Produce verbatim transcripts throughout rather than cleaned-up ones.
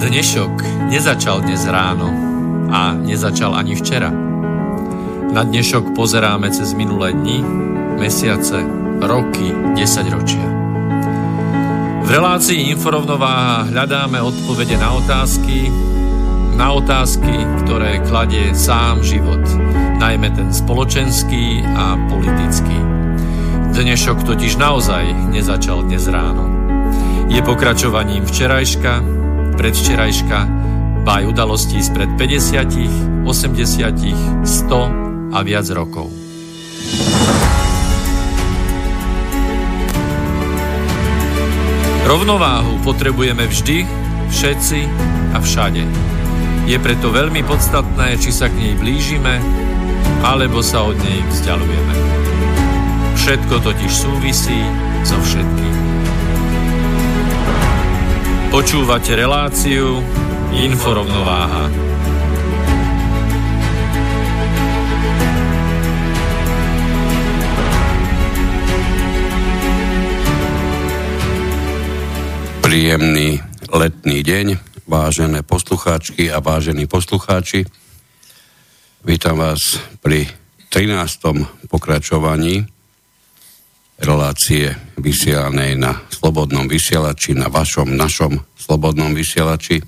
Dnešok nezačal dnes ráno a nezačal ani včera. Na dnešok pozeráme cez minulé dni, mesiace, roky, desaťročia. V relácii Inforovnováha hľadáme odpovede na otázky, na otázky, ktoré kladie sám život, najmä ten spoločenský a politický. Dnešok totiž naozaj nezačal dnes ráno. Je pokračovaním včerajška, predvčerajška, ba aj udalostí spred päťdesiat, osemdesiat, sto a viac rokov. Rovnováhu potrebujeme vždy, všetci a všade. Je preto veľmi podstatné, či sa k nej blížime, alebo sa od nej vzdialujeme. Všetko totiž súvisí so všetkým. Počúvate reláciu Inforovnováha. Príjemný letný deň, vážené poslucháčky a vážení poslucháči. Vítam vás pri trinástom pokračovaní relácie vysielanej na Slobodnom vysielači, na vašom, našom Slobodnom vysielači.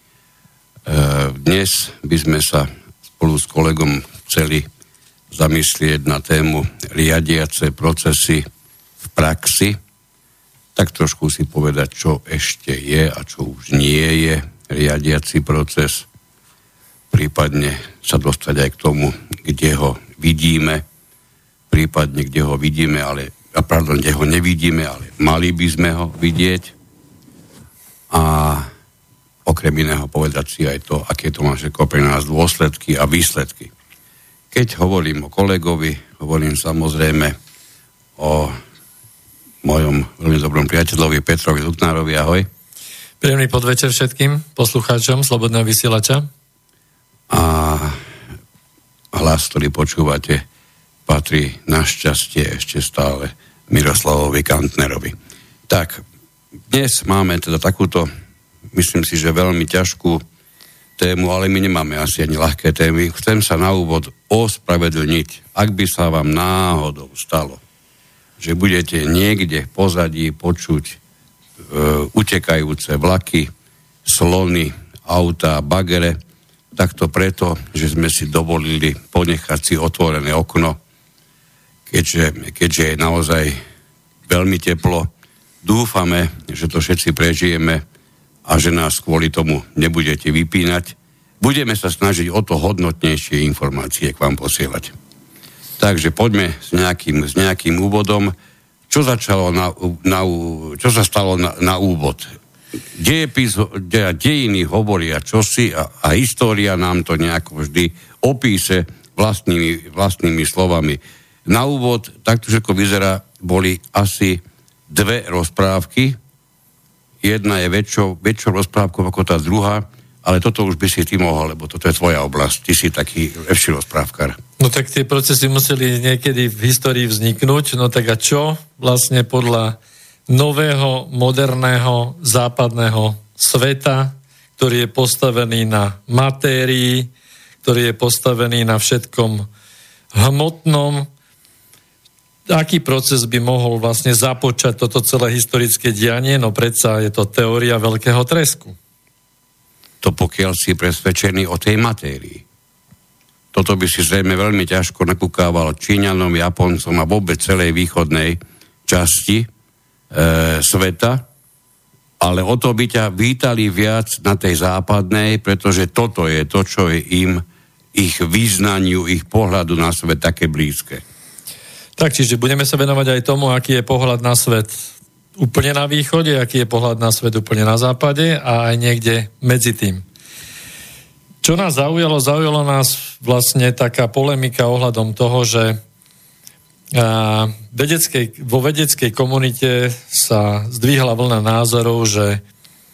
Dnes by sme sa spolu s kolegom chceli zamyslieť na tému riadiace procesy v praxi, tak trošku si povedať, čo ešte je a čo už nie je riadiaci proces, prípadne sa dostať aj k tomu, kde ho vidíme, prípadne kde ho vidíme, ale a pardon, kde ho nevidíme, ale mali by sme ho vidieť. A okrem iného povedať si aj to, aké to má všetko pre nás dôsledky a výsledky. Keď hovorím o kolegovi, hovorím samozrejme o mojom veľmi dobrom priateľovi Petrovi Luknárovi. Ahoj. Príjemný podvečer všetkým poslucháčom Slobodného vysielača. A hlas, ktorý počúvate, patrí našťastie ešte stále Miroslavovi Kantnerovi. Tak, dnes máme teda takúto, myslím si, že veľmi ťažkú tému, ale my nemáme asi ani ľahké témy. Chcem sa na úvod ospravedlniť, ak by sa vám náhodou stalo, že budete niekde v pozadí počuť e, utekajúce vlaky, slony, autá, bagere, tak to preto, že sme si dovolili ponechať si otvorené okno, keďže, keďže je naozaj veľmi teplo. Dúfame, že to všetci prežijeme a že nás kvôli tomu nebudete vypínať. Budeme sa snažiť o to hodnotnejšie informácie k vám posielať. Takže poďme s nejakým, s nejakým úvodom. Čo začalo na, na, čo sa stalo na, na úvod? Dejepis, de, dejiny hovoria čosi a, a história nám to nejako vždy opíše vlastnými, vlastnými slovami. Na úvod, takto všetko vyzerá, boli asi dve rozprávky. Jedna je väčšou, väčšou rozprávkou ako tá druhá, ale toto už by si ty mohol, lebo toto je tvoja oblasť. Ty si taký lepší rozprávkar. No tak tie procesy museli niekedy v histórii vzniknúť. No tak a čo vlastne podľa nového, moderného, západného sveta, ktorý je postavený na matérii, ktorý je postavený na všetkom hmotnom, aký proces by mohol vlastne započať toto celé historické dianie? No predsa je to teória veľkého tresku. To pokiaľ si presvedčený o tej matérii. Toto by si zrejme veľmi ťažko nakúkával Číňanom, Japoncom a vôbec celej východnej časti e, sveta, ale o to by ťa vítali viac na tej západnej, pretože toto je to, čo je im, ich význaniu, ich pohľadu na svet také blízke. Tak, čiže budeme sa venovať aj tomu, aký je pohľad na svet úplne na východe, aký je pohľad na svet úplne na západe a aj niekde medzi tým. Čo nás zaujalo? Zaujalo nás vlastne taká polemika ohľadom toho, že a, vedeckej, vo vedeckej komunite sa zdvihla vlna názorov, že,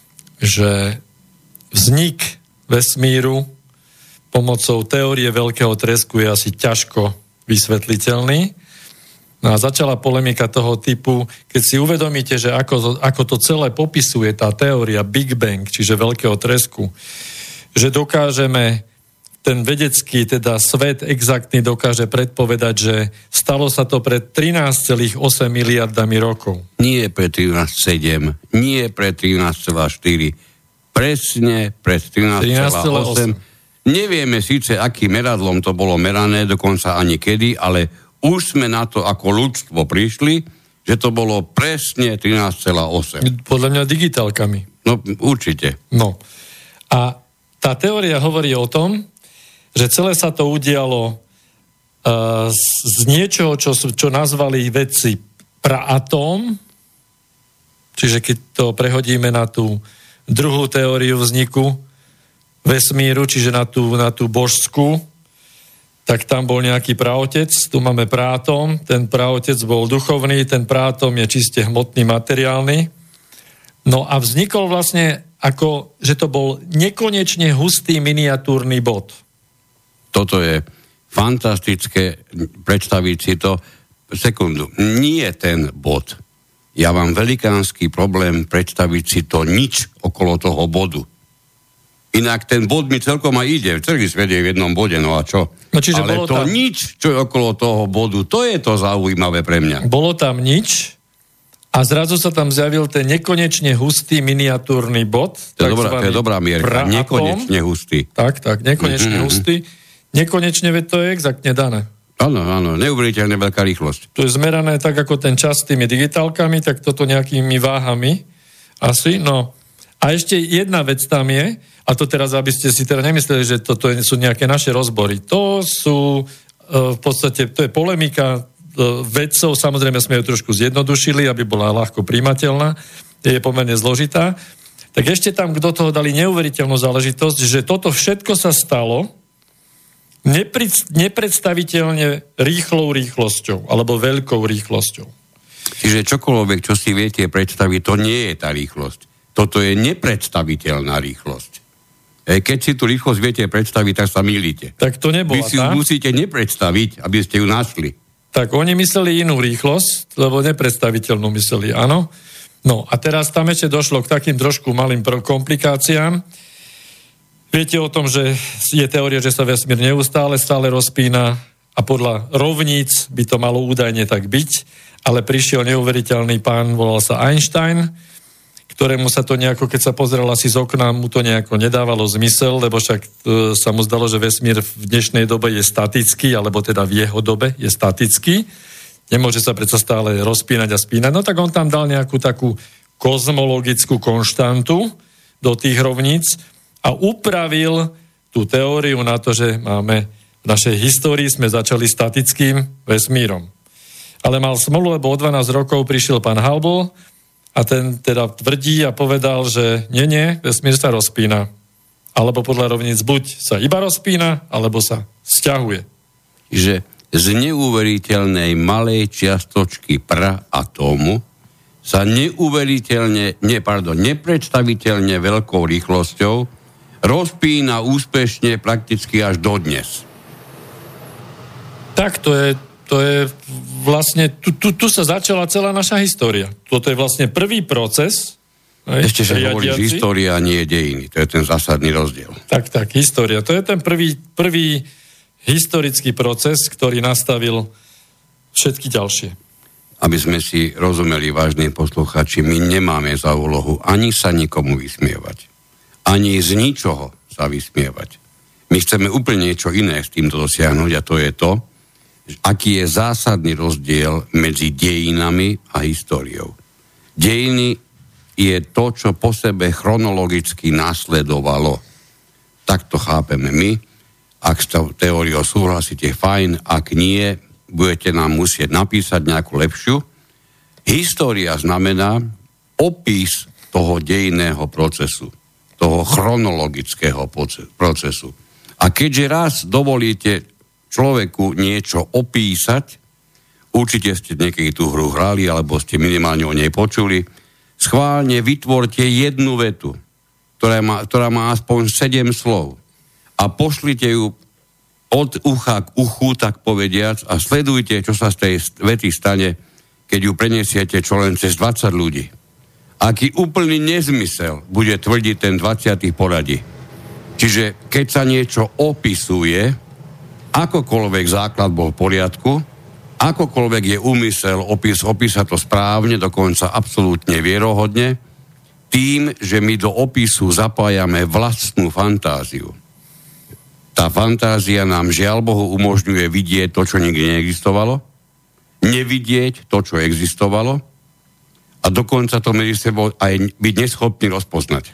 že vznik vesmíru pomocou teórie veľkého tresku je asi ťažko vysvetliteľný. No a začala polemika toho typu, keď si uvedomíte, že ako, ako to celé popisuje tá teória Big Bang, čiže veľkého tresku, že dokážeme, ten vedecký teda svet exaktný dokáže predpovedať, že stalo sa to pred trinásť celá osem miliardami rokov. Nie pred trinásť celá sedem, nie pred trinásť celá štyri, presne pred trinásť celá osem. Nevieme síce, akým meradlom to bolo merané, dokonca ani kedy, ale už sme na to ako ľudstvo prišli, že to bolo presne trinásť celá osem. Podľa mňa digitálkami. No, určite. No. A tá teória hovorí o tom, že celé sa to udialo uh, z, z niečoho, čo, čo nazvali vedci praatóm, čiže keď to prehodíme na tú druhú teóriu vzniku vesmíru, čiže na tú, na tú božskú, tak tam bol nejaký praotec, tu máme prátom, ten praotec bol duchovný, ten prátom je čiste hmotný, materiálny. No a vznikol vlastne ako, že to bol nekonečne hustý miniatúrny bod. Toto je fantastické, predstaviť si to. Sekundu, nie ten bod. Ja mám velikánsky problém predstaviť si to nič okolo toho bodu. Inak ten bod mi celkom aj ide. Celý svet je v jednom bode, no a čo? No čiže ale to tam nič, čo je okolo toho bodu, to je to zaujímavé pre mňa. Bolo tam nič a zrazu sa tam zjavil ten nekonečne hustý miniatúrny bod. To je dobrá, to je dobrá mierka. Praatóm. Nekonečne hustý. Tak, tak, nekonečne mm-hmm. hustý. Nekonečne, veď to je exaktne dané. Áno, áno, neuveriteľne veľká rýchlosť. To je zmerané tak, ako ten čas s tými digitálkami, tak toto nejakými váhami asi, no. A ešte jedna vec tam je, a to teraz, aby ste si teda nemysleli, že toto sú nejaké naše rozbory. To sú v podstate, to je polemika vedcov, samozrejme sme ju trošku zjednodušili, aby bola ľahko primateľná, je pomerne zložitá. Tak ešte tam do toho dali neuveriteľnú záležitosť, že toto všetko sa stalo nepredstaviteľne rýchlou rýchlosťou, alebo veľkou rýchlosťou. Čiže čokoľvek, čo si viete predstaviť, to nie je tá rýchlosť. Toto je nepredstaviteľná rýchlosť. Keď si tú rýchlosť viete predstaviť, tak sa mýlite. Tak to nebola Vy si ju tá? musíte nepredstaviť, aby ste ju našli. Tak oni mysleli inú rýchlosť, lebo nepredstaviteľnú mysleli, áno. No a teraz tam ešte došlo k takým trošku malým komplikáciám. Viete o tom, že je teória, že sa vesmír neustále stále rozpína a podľa rovníc by to malo údajne tak byť, ale prišiel neuveriteľný pán, volal sa Einstein, ktorému sa to nejako, keď sa pozrel asi z okna, mu to nejako nedávalo zmysel, lebo však e, sa mu zdalo, že vesmír v dnešnej dobe je statický, alebo teda v jeho dobe je statický. Nemôže sa predsa stále rozpínať a spínať. No tak on tam dal nejakú takú kozmologickú konštantu do tých rovníc a upravil tú teóriu na to, že máme v našej histórii sme začali statickým vesmírom. Ale mal smolu, lebo o dvanásť rokov prišiel pán Hubble a ten teda tvrdí a povedal, že nie, nie, vesmír sa rozpína. Alebo podľa rovníc buď sa iba rozpína, alebo sa sťahuje. Že z neuveriteľnej malej čiastočky praatómu sa neuveriteľne, ne, pardon, nepredstaviteľne veľkou rýchlosťou rozpína úspešne prakticky až dodnes. Tak to je, to je vlastne, tu, tu, tu sa začala celá naša história. Toto je vlastne prvý proces. Ešte, že hovoríš história, nie dejiny. To je ten zásadný rozdiel. Tak, tak, história. To je ten prvý, prvý historický proces, ktorý nastavil všetky ďalšie. Aby sme si rozumeli, vážni posluchači, my nemáme za úlohu ani sa nikomu vysmievať. Ani z ničoho sa vysmievať. My chceme úplne niečo iné s týmto dosiahnuť a to je to, aký je zásadný rozdiel medzi dejinami a históriou. Dejiny je to, čo po sebe chronologicky nasledovalo. Tak to chápeme my. Ak s teóriou súhlasíte, fajn. Ak nie, budete nám musieť napísať nejakú lepšiu. História znamená opis toho dejinného procesu, toho chronologického procesu. A keďže raz dovolíte človeku niečo opísať, určite ste niekedy tú hru hrali, alebo ste minimálne o nej počuli, schválne vytvorte jednu vetu, ktorá má, ktorá má aspoň sedem slov a pošlite ju od ucha k uchu, tak povediac, a sledujte, čo sa z tej vety stane, keď ju prenesiete čo len cez dvadsať ľudí. Aký úplný nezmysel bude tvrdiť ten dvadsiaty poradí. Čiže keď sa niečo opisuje, akokoľvek základ bol v poriadku, akokoľvek je úmysel opis, opísať to správne, dokonca absolútne vierohodne, tým, že my do opisu zapájame vlastnú fantáziu. Tá fantázia nám žiaľ Bohu umožňuje vidieť to, čo nikdy neexistovalo, nevidieť to, čo existovalo a dokonca to medzi sebou aj byť neschopný rozpoznať.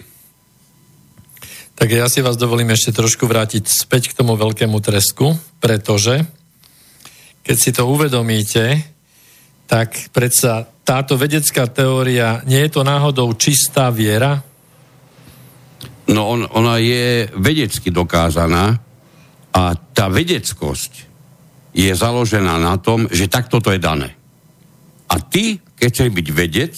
Tak ja si vás dovolím ešte trošku vrátiť späť k tomu veľkému tresku, pretože keď si to uvedomíte, tak predsa táto vedecká teória, nie je to náhodou čistá viera? No on, ona je vedecky dokázaná a tá vedeckosť je založená na tom, že takto to je dané. A ty, keď chceš byť vedec,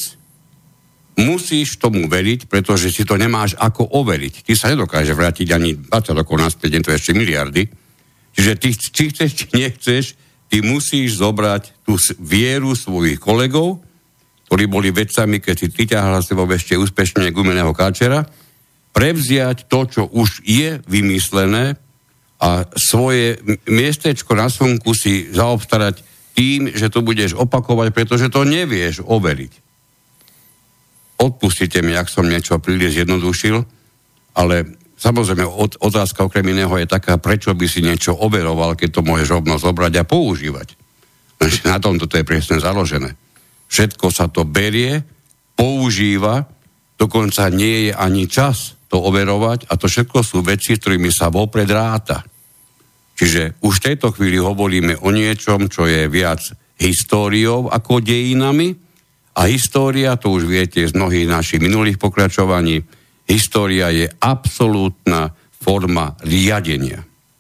musíš tomu veriť, pretože si to nemáš ako overiť. Ty sa nedokáže vrátiť ani dvadsať rokov naspäť, to ešte miliardy. Čiže ty, či chceš, či nechceš, ty musíš zobrať tú vieru svojich kolegov, ktorí boli vedcami, keď si ty ťahal sebou ešte úspešne gumeného káčera, prevziať to, čo už je vymyslené a svoje miestečko na slnku si zaobstarať tým, že to budeš opakovať, pretože to nevieš overiť. Odpustite mi, ak som niečo príliš zjednodušil, ale samozrejme otázka okrem iného je taká, prečo by si niečo overoval, keď to môžeš rovno zobrať a používať. Na tomto to je presne založené. Všetko sa to berie, používa, dokonca nie je ani čas to overovať a to všetko sú veci, s ktorými sa vopred ráta. Čiže už v tejto chvíli hovoríme o niečom, čo je viac históriou ako dejinami a história, to už viete z mnohých našich minulých pokračovaní, história je absolútna forma riadenia.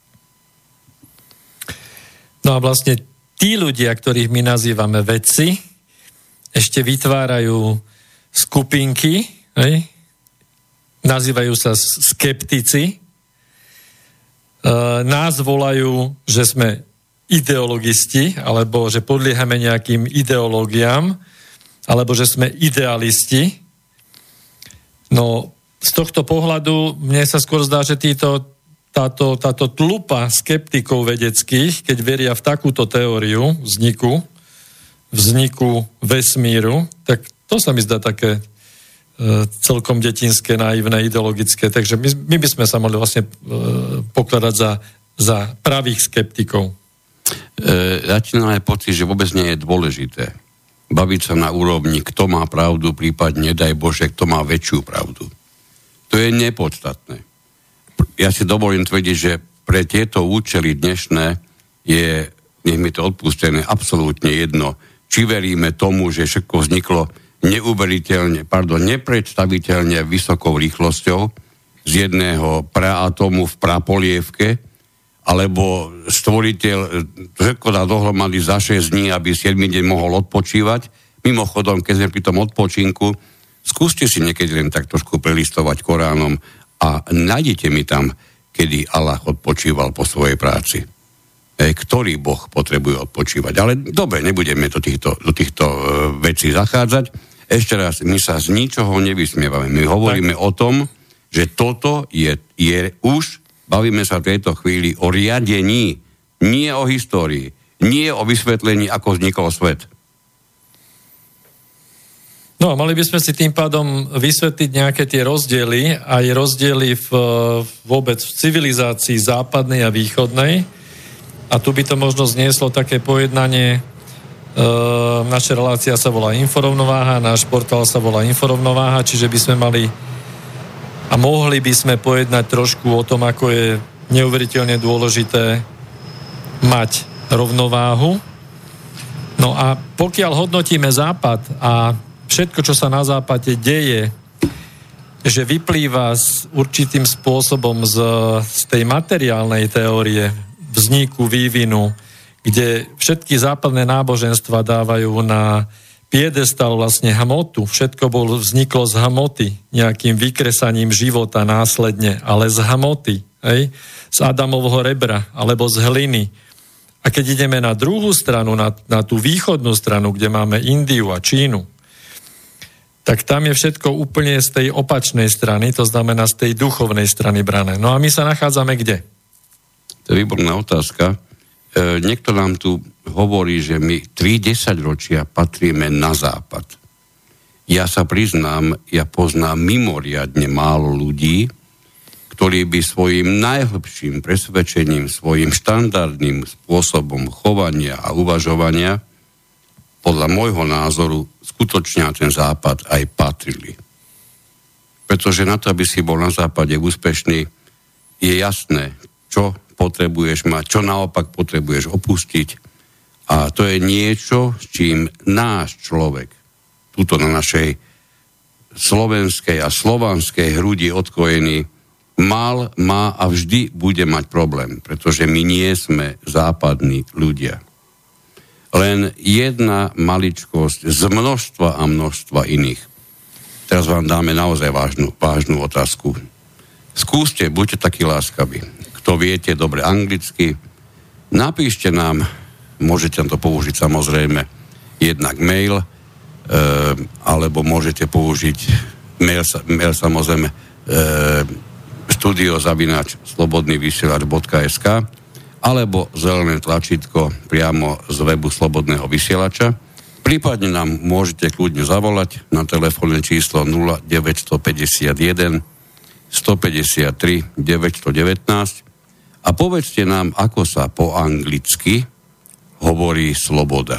No a vlastne tí ľudia, ktorých my nazývame vedci, ešte vytvárajú skupinky, hej? Nazývajú sa skeptici, e, nás volajú, že sme ideologisti, alebo že podliehame nejakým ideológiám, alebo že sme idealisti. No, z tohto pohľadu mne sa skôr zdá, že títo, táto, táto tlupa skeptikov vedeckých, keď veria v takúto teóriu vzniku, vzniku vesmíru, tak to sa mi zdá také e, celkom detinské, naivné, ideologické. Takže my, my by sme sa mohli vlastne e, pokladať za, za pravých skeptikov. E, začíname pocit, že vôbec nie je dôležité baviť sa na úrovni, kto má pravdu, prípadne, daj Bože, kto má väčšiu pravdu. To je nepodstatné. Ja si dovolím tvrdiť, že pre tieto účely dnešné je, nech mi to odpustené, absolútne jedno, či veríme tomu, že všetko vzniklo neuveriteľne, pardon, nepredstaviteľne vysokou rýchlosťou z jedného praatomu v prapolievke, alebo stvoriteľ všetko dá dohromady za šesť dní, aby siedmy deň mohol odpočívať. Mimochodom, keď sme pri tom odpočinku, skúste si niekedy len tak trošku prelistovať Koránom a nájdete mi tam, kedy Allah odpočíval po svojej práci. E, ktorý Boh potrebuje odpočívať. Ale dobre, nebudeme do týchto, do týchto e, vecí zachádzať. Ešte raz, my sa z ničoho nevysmievame. My hovoríme tak o tom, že toto je, je už, bavíme sa v tejto chvíli o riadení, nie o histórii, nie o vysvetlení, ako vznikol svet. No a mali by sme si tým pádom vysvetliť nejaké tie rozdiely, aj rozdiely v, vôbec v civilizácii západnej a východnej. A tu by to možno znieslo také pojednanie, e, naša relácia sa volá Inforovnováha, náš portál sa volá Inforovnováha, čiže by sme mali a mohli by sme pojednať trošku o tom, ako je neuveriteľne dôležité mať rovnováhu. No a pokiaľ hodnotíme Západ a všetko, čo sa na západe deje, že vyplýva s určitým spôsobom z, z tej materiálnej teórie vzniku, vývinu, kde všetky západné náboženstva dávajú na piedestal vlastne hmotu. Všetko bol, vzniklo z hmoty, nejakým vykresaním života následne, ale z hmoty. hej, z Adamovho rebra, alebo z hliny. A keď ideme na druhú stranu, na, na tú východnú stranu, kde máme Indiu a Čínu, tak tam je všetko úplne z tej opačnej strany, to znamená z tej duchovnej strany brané. No a my sa nachádzame kde? To je výborná otázka. E, niekto nám tu hovorí, že my tri desaťročia patríme na západ. Ja sa priznám, ja poznám mimoriadne málo ľudí, ktorí by svojim najhlbším presvedčením, svojim štandardným spôsobom chovania a uvažovania podľa môjho názoru skutočne ten západ aj patrili. Pretože na to, aby si bol na západe úspešný, je jasné, čo potrebuješ mať, čo naopak potrebuješ opustiť. A to je niečo, s čím náš človek, tuto na našej slovenskej a slovanskej hrudi odkojený, mal, má a vždy bude mať problém, pretože my nie sme západní ľudia. Len jedna maličkosť z množstva a množstva iných. Teraz vám dáme naozaj vážnu, vážnu otázku. Skúste, buďte takí láskaví. Kto viete dobre anglicky, napíšte nám, môžete to použiť samozrejme jednak mail, e, alebo môžete použiť mail, mail samozrejme e, studio zavináč slobodný vysielač bodka es ká alebo zelené tlačítko priamo z webu Slobodného vysielača. Prípadne nám môžete kľudne zavolať na telefónne číslo nula deväť päť jeden, sto päťdesiattri, deväťsto devätnásť a povedzte nám, ako sa po anglicky hovorí sloboda.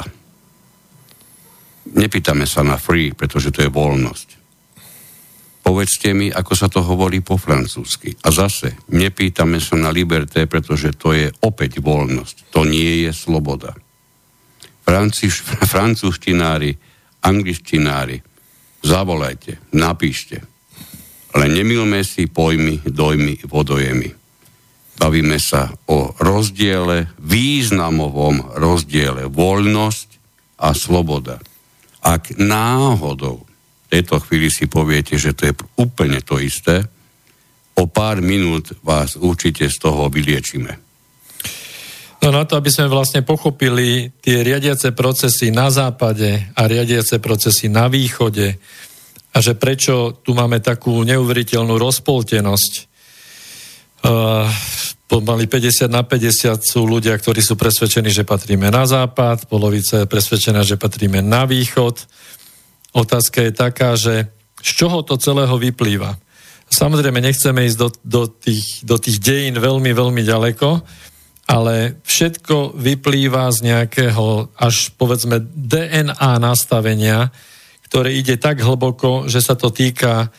Nepýtame sa na free, pretože to je voľnosť. Povedzte mi, ako sa to hovorí po francúzsky. A zase, nepýtame sa na liberté, pretože to je opäť voľnosť. To nie je sloboda. Francúz, francúzštinári, angličtinári, zavolajte, napíšte. Ale nemilme si pojmy, dojmy, vodojemy. Bavíme sa o rozdiele, významovom rozdiele voľnosť a sloboda. Ak náhodou v tejto chvíli si poviete, že to je úplne to isté, o pár minút vás určite z toho vyliečíme. No na to, aby sme vlastne pochopili tie riadiace procesy na západe a riadiace procesy na východe a že prečo tu máme takú neuveriteľnú rozpoltenosť. Uh, pomaly päťdesiat na päťdesiat sú ľudia, ktorí sú presvedčení, že patríme na západ, polovica je presvedčená, že patríme na východ. Otázka je taká, že z čoho to celého vyplýva. Samozrejme, nechceme ísť do, do, tých, do tých dejín veľmi, veľmi ďaleko, ale všetko vyplýva z nejakého až povedzme dé en á nastavenia, ktoré ide tak hlboko, že sa to týka e,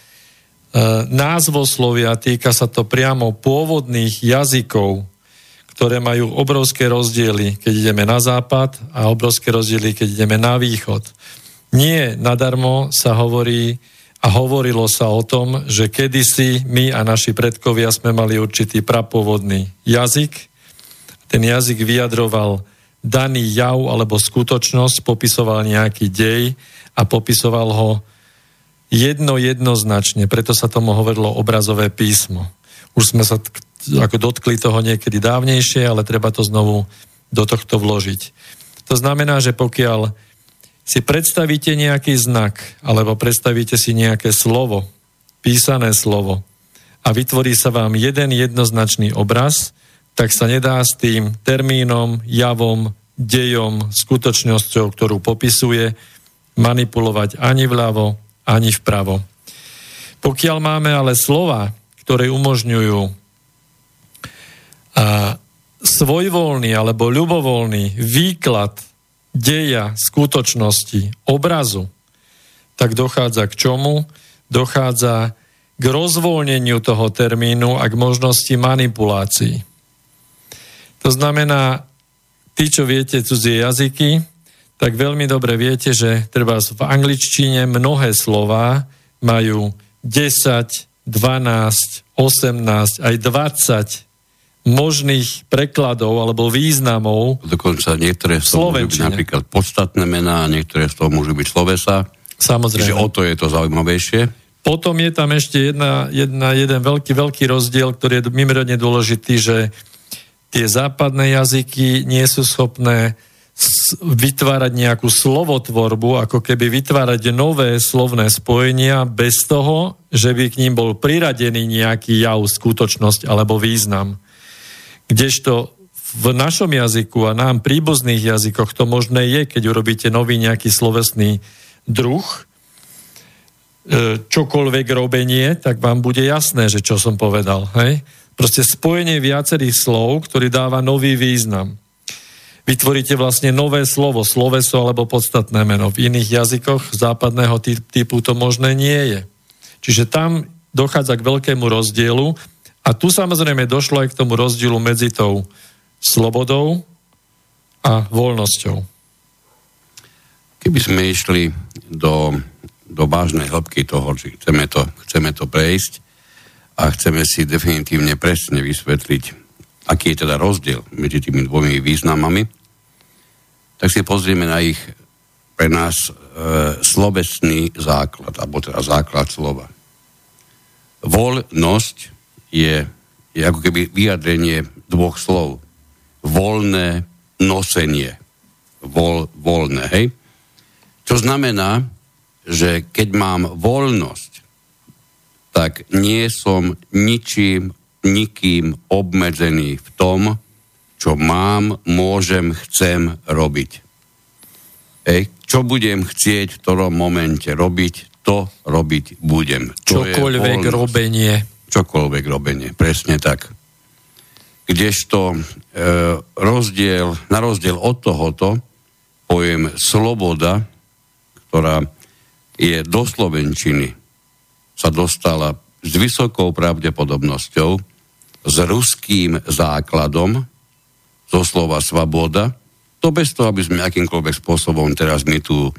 názvoslovia, týka sa to priamo pôvodných jazykov, ktoré majú obrovské rozdiely, keď ideme na západ a obrovské rozdiely, keď ideme na východ. Nie nadarmo sa hovorí a hovorilo sa o tom, že kedysi my a naši predkovia sme mali určitý prapôvodný jazyk. Ten jazyk vyjadroval daný jav alebo skutočnosť, popisoval nejaký dej a popisoval ho jedno jednoznačne. Preto sa tomu hovorilo obrazové písmo. Už sme sa t- ako dotkli toho niekedy dávnejšie, ale treba to znovu do tohto vložiť. To znamená, že pokiaľ si predstavíte nejaký znak, alebo predstavíte si nejaké slovo, písané slovo a vytvorí sa vám jeden jednoznačný obraz, tak sa nedá s tým termínom, javom, dejom, skutočnosťou, ktorú popisuje, manipulovať ani vľavo, ani vpravo. Pokiaľ máme ale slova, ktoré umožňujú a, svojvoľný alebo ľubovoľný výklad deja, skutočnosti, obrazu, tak dochádza k čomu? Dochádza k rozvoľneniu toho termínu a k možnosti manipulácií. To znamená, tí, čo viete cudzie jazyky, tak veľmi dobre viete, že treba v angličtine mnohé slová majú desať, dvanásť, osemnásť, aj dvadsať možných prekladov alebo významov. Dokonca niektoré z toho môžu byť napríklad podstatné mená, niektoré z toho môžu byť slovesa. Samozrejme. Čiže o to je to zaujímavejšie. potom je tam ešte jedna, jedna, jeden veľký, veľký rozdiel, ktorý je mimoriadne dôležitý, že tie západné jazyky nie sú schopné vytvárať nejakú slovotvorbu, ako keby vytvárať nové slovné spojenia bez toho, že by k ním bol priradený nejaký jav, skutočnosť alebo význam. Kdežto v našom jazyku a nám príbuzných jazykoch to možné je, keď urobíte nový nejaký slovesný druh, čokoľvek robenie, tak vám bude jasné, že čo som povedal. Hej? Proste spojenie viacerých slov, ktorý dáva nový význam. Vytvoríte vlastne nové slovo, sloveso alebo podstatné meno. V iných jazykoch západného typu to možné nie je. Čiže tam dochádza k veľkému rozdielu a tu samozrejme došlo aj k tomu rozdielu medzi tou slobodou a voľnosťou. Keby sme išli do, do vážnej hĺbky toho, že chceme to, chceme to prejsť a chceme si definitívne presne vysvetliť, aký je teda rozdiel medzi tými dvomi významami, tak si pozrieme na ich pre nás e, slovesný základ, alebo teda základ slova. Voľnosť je, je ako keby vyjadrenie dvoch slov. Voľné nosenie. Voľ, voľné, hej? Čo znamená, že keď mám voľnosť, tak nie som ničím, nikým obmedzený v tom, čo mám, môžem, chcem robiť. Ej, čo budem chcieť v ktorom momente robiť, to robiť budem. To čokoľvek robenie. Čokoľvek robenie, presne tak. Kdežto e, rozdiel, na rozdiel od tohoto, pojem sloboda, ktorá je do slovenčiny, sa dostala s vysokou pravdepodobnosťou, s ruským základom, zo slova svoboda, to bez toho, aby sme akýmkoľvek spôsobom teraz my tu e,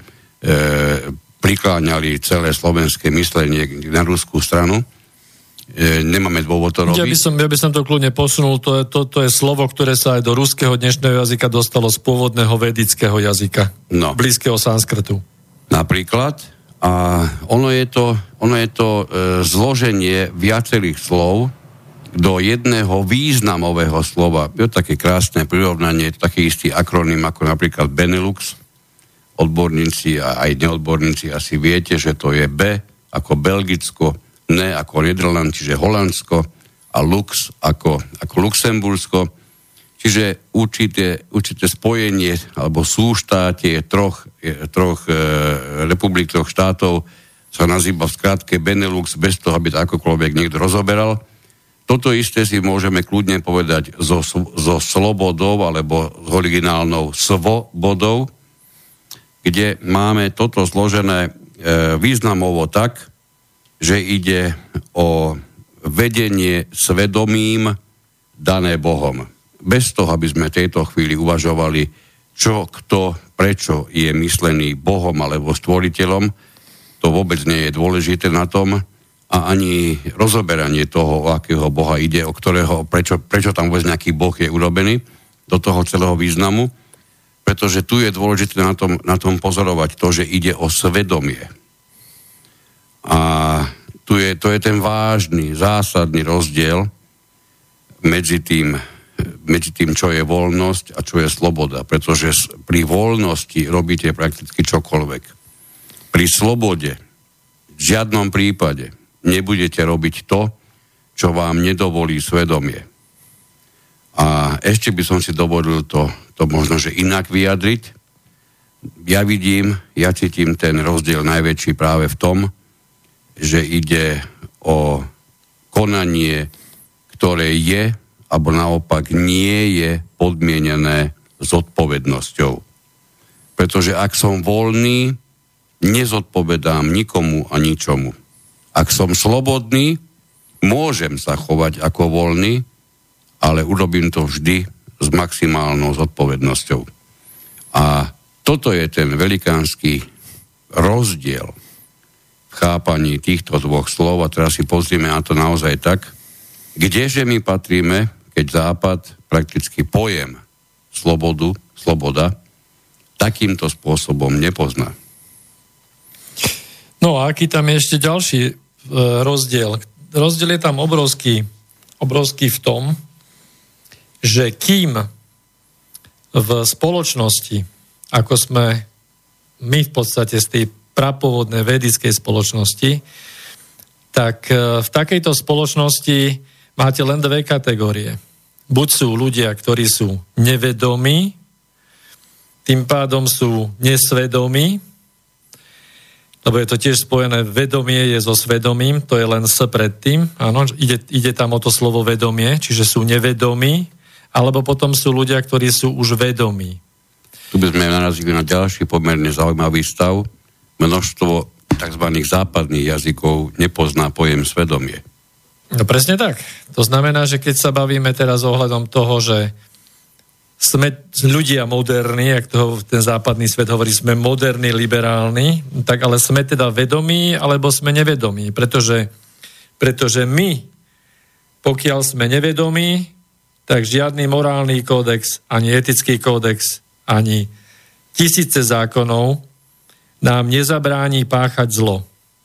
prikláňali celé slovenské myslenie na ruskú stranu. E, nemáme dôvod to robiť. Ja by som, ja by som to kľudne posunul, to je, to, to je slovo, ktoré sa aj do ruského dnešného jazyka dostalo z pôvodného vedického jazyka, no. Blízkeho sanskrtu. Napríklad, a ono je to, ono je to e, zloženie viacerých slov do jedného významového slova. Je to také krásne prirovnanie, taký istý akronym ako napríklad Benelux. Odborníci a aj neodborníci asi viete, že to je B ako Belgicko, ne ako Nederland, čiže Holandsko a Lux ako, ako Luxembursko. Čiže určité, určité spojenie alebo súštátie troch, troch e, republik, troch štátov sa nazýva v skratke Benelux bez toho, aby to akokoľvek niekto rozoberal. Toto isté si môžeme kľudne povedať so, so slobodou alebo s originálnou svobodou, kde máme toto zložené e, významovo tak, že ide o vedenie svedomím dané Bohom. Bez toho, aby sme v tejto chvíli uvažovali, čo, kto, prečo je myslený Bohom alebo stvoriteľom, to vôbec nie je dôležité na tom, a ani rozoberanie toho, o akého Boha ide, o ktorého, prečo, prečo tam vôbec nejaký Boh je urobený, do toho celého významu, pretože tu je dôležité na tom, na tom pozorovať to, že ide o svedomie. A tu je, to je ten vážny, zásadný rozdiel medzi tým, medzi tým, čo je voľnosť a čo je sloboda, pretože pri voľnosti robíte prakticky čokoľvek. Pri slobode v žiadnom prípade nebudete robiť to, čo vám nedovolí svedomie. A ešte by som si dovolil to, to možno, že inak vyjadriť. Ja vidím, ja cítim ten rozdiel najväčší práve v tom, že ide o konanie, ktoré je, alebo naopak nie je podmienené zodpovednosťou. Pretože ak som voľný, nezodpovedám nikomu a ničomu. Ak som slobodný, môžem sa chovať ako voľný, ale urobím to vždy s maximálnou zodpovednosťou. A toto je ten velikánsky rozdiel v chápaní týchto dvoch slov. A teraz si pozrieme na to naozaj tak, kdeže my patríme, keď Západ prakticky pojem slobodu, sloboda, takýmto spôsobom nepozná. No a aký tam je ešte ďalší rozdiel. Rozdiel je tam obrovský, obrovský v tom, že kým v spoločnosti, ako sme my v podstate z tej prapôvodnej vedickej spoločnosti, tak v takejto spoločnosti máte len dve kategórie. Buď sú ľudia, ktorí sú nevedomí, tým pádom sú nesvedomí, lebo je to tiež spojené, vedomie je so svedomím, to je len s predtým, áno, ide, ide tam o to slovo vedomie, čiže sú nevedomí, alebo potom sú ľudia, ktorí sú už vedomí. Tu by sme narazili na ďalší pomerne zaujímavý stav. Množstvo tzv. Západných jazykov nepozná pojem svedomie. No presne tak. To znamená, že keď sa bavíme teraz ohľadom toho, že sme ľudia moderní, ak to ten západný svet hovorí, sme moderní, liberálni, tak ale sme teda vedomí, alebo sme nevedomí. Pretože, pretože my, pokiaľ sme nevedomí, tak žiadny morálny kódex, ani etický kódex, ani tisíce zákonov nám nezabráni páchať zlo.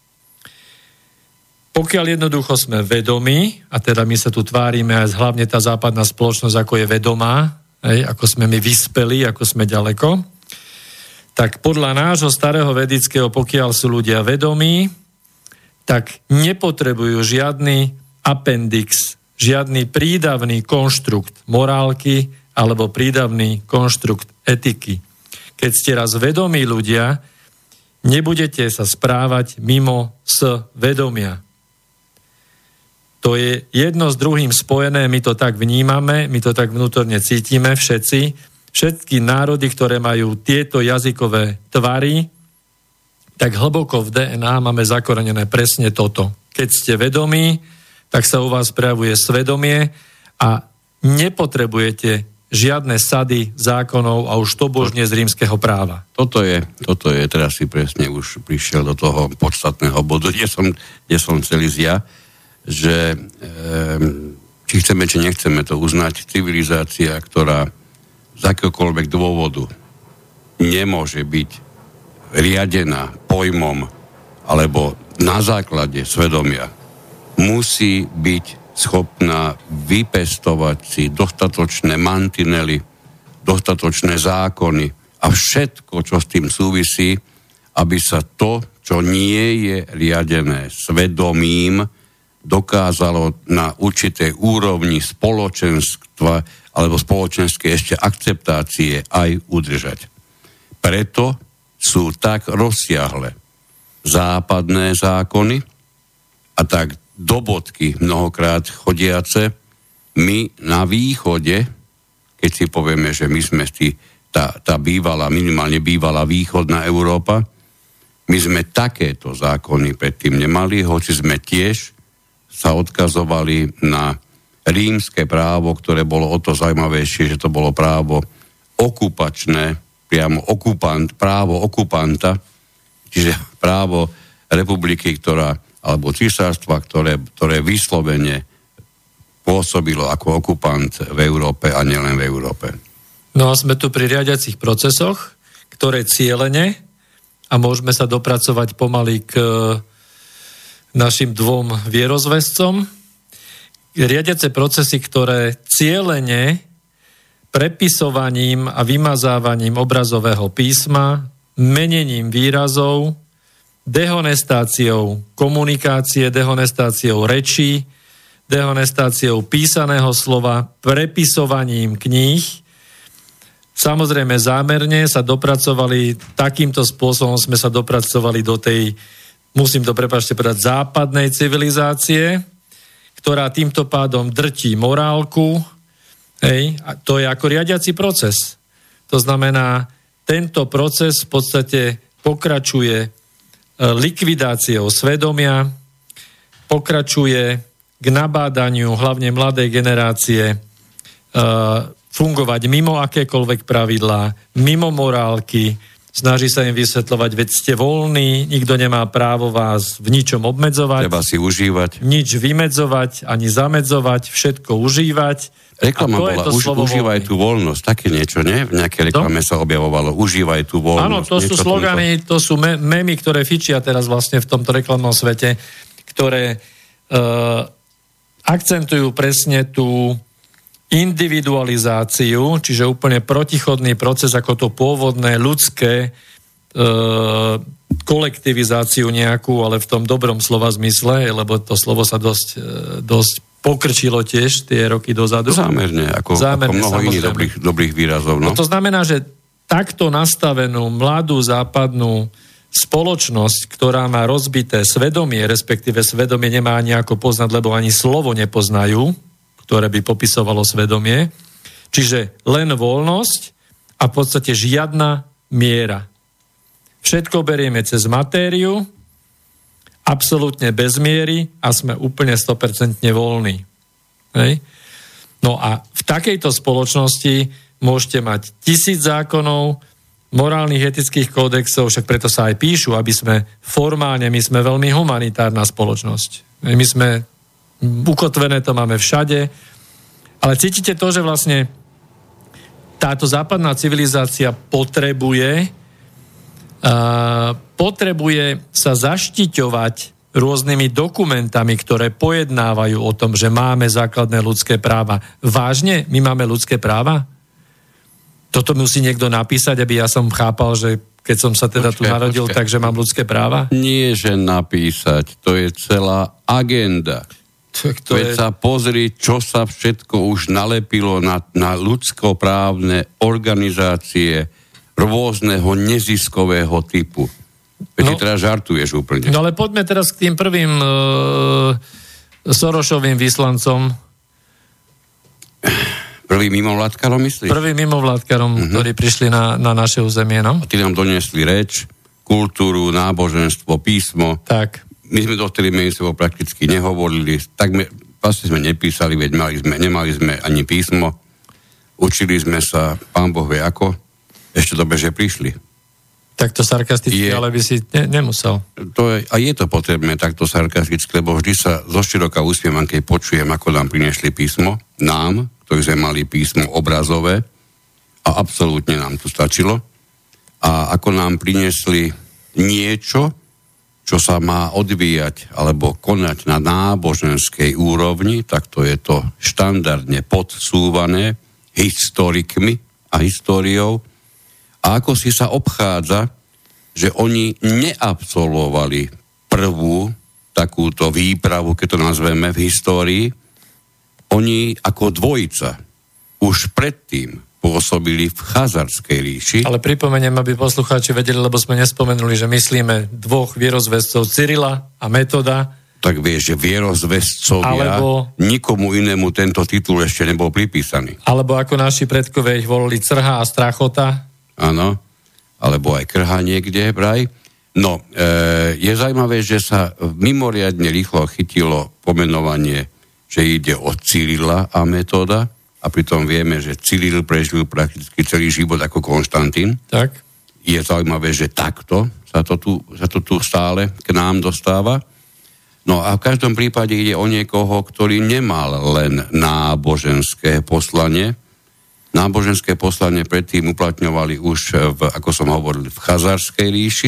Pokiaľ jednoducho sme vedomí, a teda my sa tu tvárime aj hlavne tá západná spoločnosť, ako je vedomá, hej, ako sme my vyspeli, ako sme ďaleko, tak podľa nášho starého vedického, pokiaľ sú ľudia vedomí, tak nepotrebujú žiadny appendix, žiadny prídavný konštrukt morálky alebo prídavný konštrukt etiky. Keď ste raz vedomí ľudia, nebudete sa správať mimo s vedomia. To je jedno s druhým spojené, my to tak vnímame, my to tak vnútorne cítime všetci. Všetky národy, ktoré majú tieto jazykové tvary, tak hlboko v dé en á máme zakorenené presne toto. Keď ste vedomí, tak sa u vás prejavuje svedomie a nepotrebujete žiadne sady zákonov a už to božne z rímskeho práva. Toto je, toto je, teraz si presne už prišiel do toho podstatného bodu, kde som, kde som chcel ísť ja, že e, či chceme, či nechceme to uznať, civilizácia, ktorá z akéhokoľvek dôvodu nemôže byť riadená pojmom alebo na základe svedomia, musí byť schopná vypestovať si dostatočné mantinely, dostatočné zákony a všetko, čo s tým súvisí, aby sa to, čo nie je riadené svedomím, dokázalo na určitej úrovni spoločenstva alebo spoločenskej ešte akceptácie aj udržať. Preto sú tak rozsiahle západné zákony a tak do bodky mnohokrát chodiace. My na východe, keď si povieme, že my sme tí, tá, tá bývalá, minimálne bývalá východná Európa, my sme takéto zákony predtým nemali, hoci sme tiež sa odkazovali na rímske právo, ktoré bolo o to zaujímavejšie, že to bolo právo okupačné, priamo okupant, právo okupanta, čiže právo republiky, ktorá alebo císarstva, ktoré, ktoré vyslovene pôsobilo ako okupant v Európe a nielen v Európe. No a sme tu pri riadiacich procesoch, ktoré cielene, a môžeme sa dopracovať pomaly k našim dvom vierozvescom, riadiace procesy, ktoré cielene prepisovaním a vymazávaním obrazového písma, menením výrazov, dehonestáciou komunikácie, dehonestáciou rečí, dehonestáciou písaného slova, prepisovaním kníh. Samozrejme zámerne sa dopracovali, takýmto spôsobom sme sa dopracovali do tej, musím to prepáčte povedať, západnej civilizácie, ktorá týmto pádom drtí morálku. Hej, a to je ako riadiaci proces. To znamená, tento proces v podstate pokračuje likvidáciou svedomia, pokračuje k nabádaniu hlavne mladej generácie fungovať mimo akékoľvek pravidlá, mimo morálky, snaží sa im vysvetľovať, veď ste voľní, nikto nemá právo vás v ničom obmedzovať. Treba si užívať. Nič vymedzovať, ani zamedzovať, všetko užívať. Reklama bola, už, užívaj tú voľnosť, také niečo, nie? V nejakej reklame to? Sa objavovalo, užívaj tú voľnosť. Áno, to sú slogany, to sú me- memy, ktoré fičia teraz vlastne v tomto reklamnom svete, ktoré e, akcentujú presne tú individualizáciu, čiže úplne protichodný proces ako to pôvodné ľudské e, kolektivizáciu nejakú, ale v tom dobrom slova zmysle, lebo to slovo sa dosť, dosť pokrčilo tiež tie roky dozadu. Zámerne, ako, Zámerne, ako mnoho iných dobrých, dobrých výrazov. No? No to znamená, že takto nastavenú mladú západnú spoločnosť, ktorá má rozbité svedomie, respektíve svedomie nemá ani ako poznať, lebo ani slovo nepoznajú, ktoré by popisovalo svedomie, čiže len voľnosť a v podstate žiadna miera. Všetko berieme cez matériu, absolútne bez miery a sme úplne sto percent voľní. Hej? No a v takejto spoločnosti môžete mať tisíc zákonov, morálnych etických kódexov, však preto sa aj píšu, aby sme formálne, my sme veľmi humanitárna spoločnosť. My sme ukotvené, to máme všade, ale cítite to, že vlastne táto západná civilizácia potrebuje Uh, potrebuje sa zaštiťovať rôznymi dokumentami, ktoré pojednávajú o tom, že máme základné ľudské práva. Vážne? My máme ľudské práva? Toto musí niekto napísať, aby ja som chápal, že keď som sa teda počkej, tu narodil, počkej. takže mám ľudské práva? Nie, že napísať. To je celá agenda. Tak to Veď je... sa pozri, čo sa všetko už nalepilo na, na ľudskoprávne organizácie rôzneho neziskového typu. Veď no, teraz žartuješ úplne. No ale poďme teraz k tým prvým e, Sorošovým vyslancom. Prvým mimovládkarom, myslíš? Prvým mimovládkarom, uh-huh. ktorí prišli na, na naše územie, no. A tí nám doniesli reč, kultúru, náboženstvo, písmo. Tak. My sme dovtedy medzi sebou prakticky nehovorili, tak my, vlastne sme nepísali, veď mali sme, nemali sme ani písmo. Učili sme sa, pán Boh vie ako, ešte dobe, že prišli. Takto sarkasticky, je, ale by si ne, nemusel. To je, a je to potrebné takto sarkasticky, lebo vždy sa zoširoka usmievam, keď počujem, ako nám priniesli písmo, nám, ktorí sme mali písmo obrazové, a absolútne nám to stačilo. A ako nám priniesli niečo, čo sa má odvíjať alebo konať na náboženskej úrovni, tak to je to štandardne podsúvané historikmi a históriou. A ako si sa obchádza, že oni neabsolvovali prvú takúto výpravu, keď to nazveme v histórii, oni ako dvojica už predtým pôsobili v Chazarskej ríši. Ale pripomeniem, aby poslucháči vedeli, lebo sme nespomenuli, že myslíme dvoch vierozvescov, Cyrila a Metoda. Tak vieš, že vierozvescovia, alebo nikomu inému tento titul ešte nebol pripísaný. Alebo ako naši predkovia ich volili Crha a Strachota. Áno, alebo aj Krha niekde, braj. No, e, je zaujímavé, že sa mimoriadne rýchlo chytilo pomenovanie, že ide o Cyrila a Metoda, a pritom vieme, že Cyril prežil prakticky celý život ako Konštantín. Tak. Je zaujímavé, že takto sa to tu, sa to tu stále k nám dostáva. No a v každom prípade ide o niekoho, ktorý nemal len náboženské poslanie. Náboženské poslanie predtým uplatňovali už, v, ako som hovoril, v Chazarskej ríši.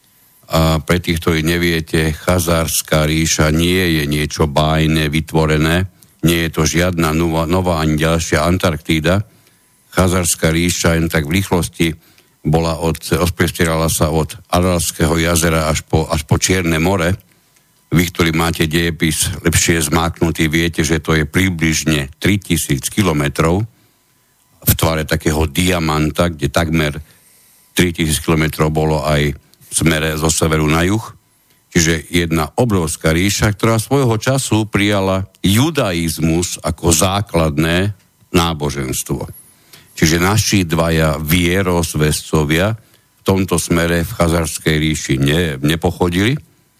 A pre tých, ktorí neviete, Chazarská ríša nie je niečo bájne, vytvorené. Nie je to žiadna nová, nová ani ďalšia Antarktída. Chazarská ríša jen tak v rýchlosti bola od, rozprestierala sa od Aralského jazera až po, až po Čierne more. Vy, ktorí máte dejepis lepšie zmáknutý, viete, že to je približne tritisíc kilometrov v tvare takého diamanta, kde takmer tritisíc kilometrov bolo aj v smere zo severu na juh. Čiže jedna obrovská ríša, ktorá svojho času prijala judaizmus ako základné náboženstvo. Čiže naši dvaja vierozvescovia v tomto smere v Chazarskej ríši ne, nepochodili.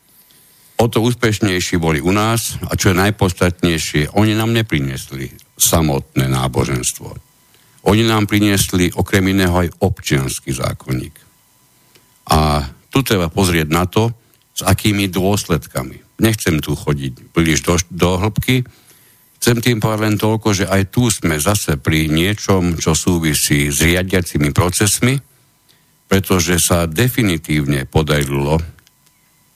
O to úspešnejší boli u nás a čo je najpodstatnejšie, oni nám nepriniesli samotné náboženstvo. Oni nám priniesli okrem iného aj občiansky zákonník. A tu treba pozrieť na to, s akými dôsledkami. Nechcem tu chodiť príliš do, do hĺbky. Chcem tým povedať len toľko, že aj tu sme zase pri niečom, čo súvisí s riadiacimi procesmi, pretože sa definitívne podarilo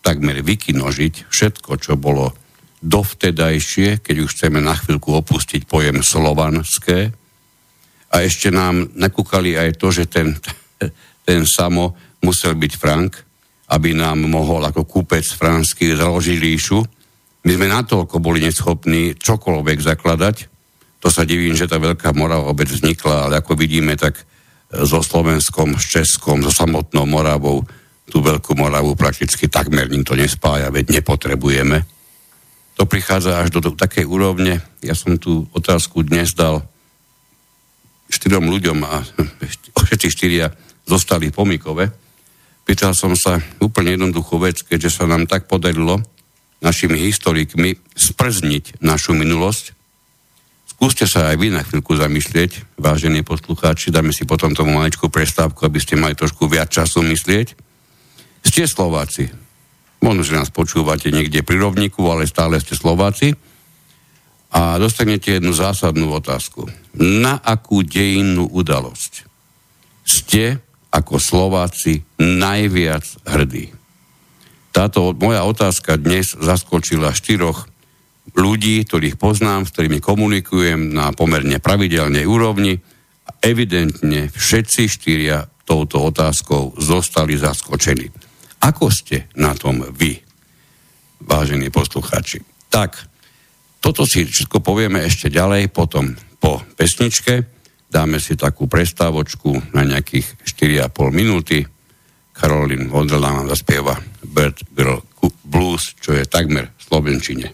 takmer vykinožiť všetko, čo bolo dovtedajšie, keď už chceme na chvíľku opustiť pojem slovanské. A ešte nám nakúkali aj to, že ten, ten Samo musel byť Frank, aby nám mohol ako kúpec franský založiť ríšu. My sme natoľko boli neschopní čokoľvek zakladať. To sa divím, že tá Veľká Morava vôbec vznikla, ale ako vidíme, tak so Slovenskom, s Českom, so samotnou Moravou tú Veľkú Moravu prakticky takmer nikto nespája, veď nepotrebujeme. To prichádza až do, do takej úrovne. Ja som tú otázku dnes dal štyrom ľuďom a všetci štyria zostali po Mikove. Pýtal som sa úplne jednoduchú vec, keďže sa nám tak podarilo našimi historikmi sprzniť našu minulosť. Skúste sa aj vy na chvíľku zamyslieť, vážení poslucháči, dáme si potom tomu maličkú prestávku, aby ste mali trošku viac času myslieť. Ste Slováci. Možno, že nás počúvate niekde pri rovníku, ale stále ste Slováci. A dostanete jednu zásadnú otázku. Na akú dejinnú udalosť ste ako Slováci najviac hrdí? Táto moja otázka dnes zaskočila štyroch ľudí, ktorých poznám, s ktorými komunikujem na pomerne pravidelnej úrovni. A evidentne všetci štyria touto otázkou zostali zaskočení. Ako ste na tom vy, vážení poslucháči? Tak, toto si všetko povieme ešte ďalej, potom po pesničke. Dáme si takú prestávočku na nejakých štyri a pol minúty. Karolín Vondrla nám zaspieva Bird Girl Blues, čo je takmer v slovenčine.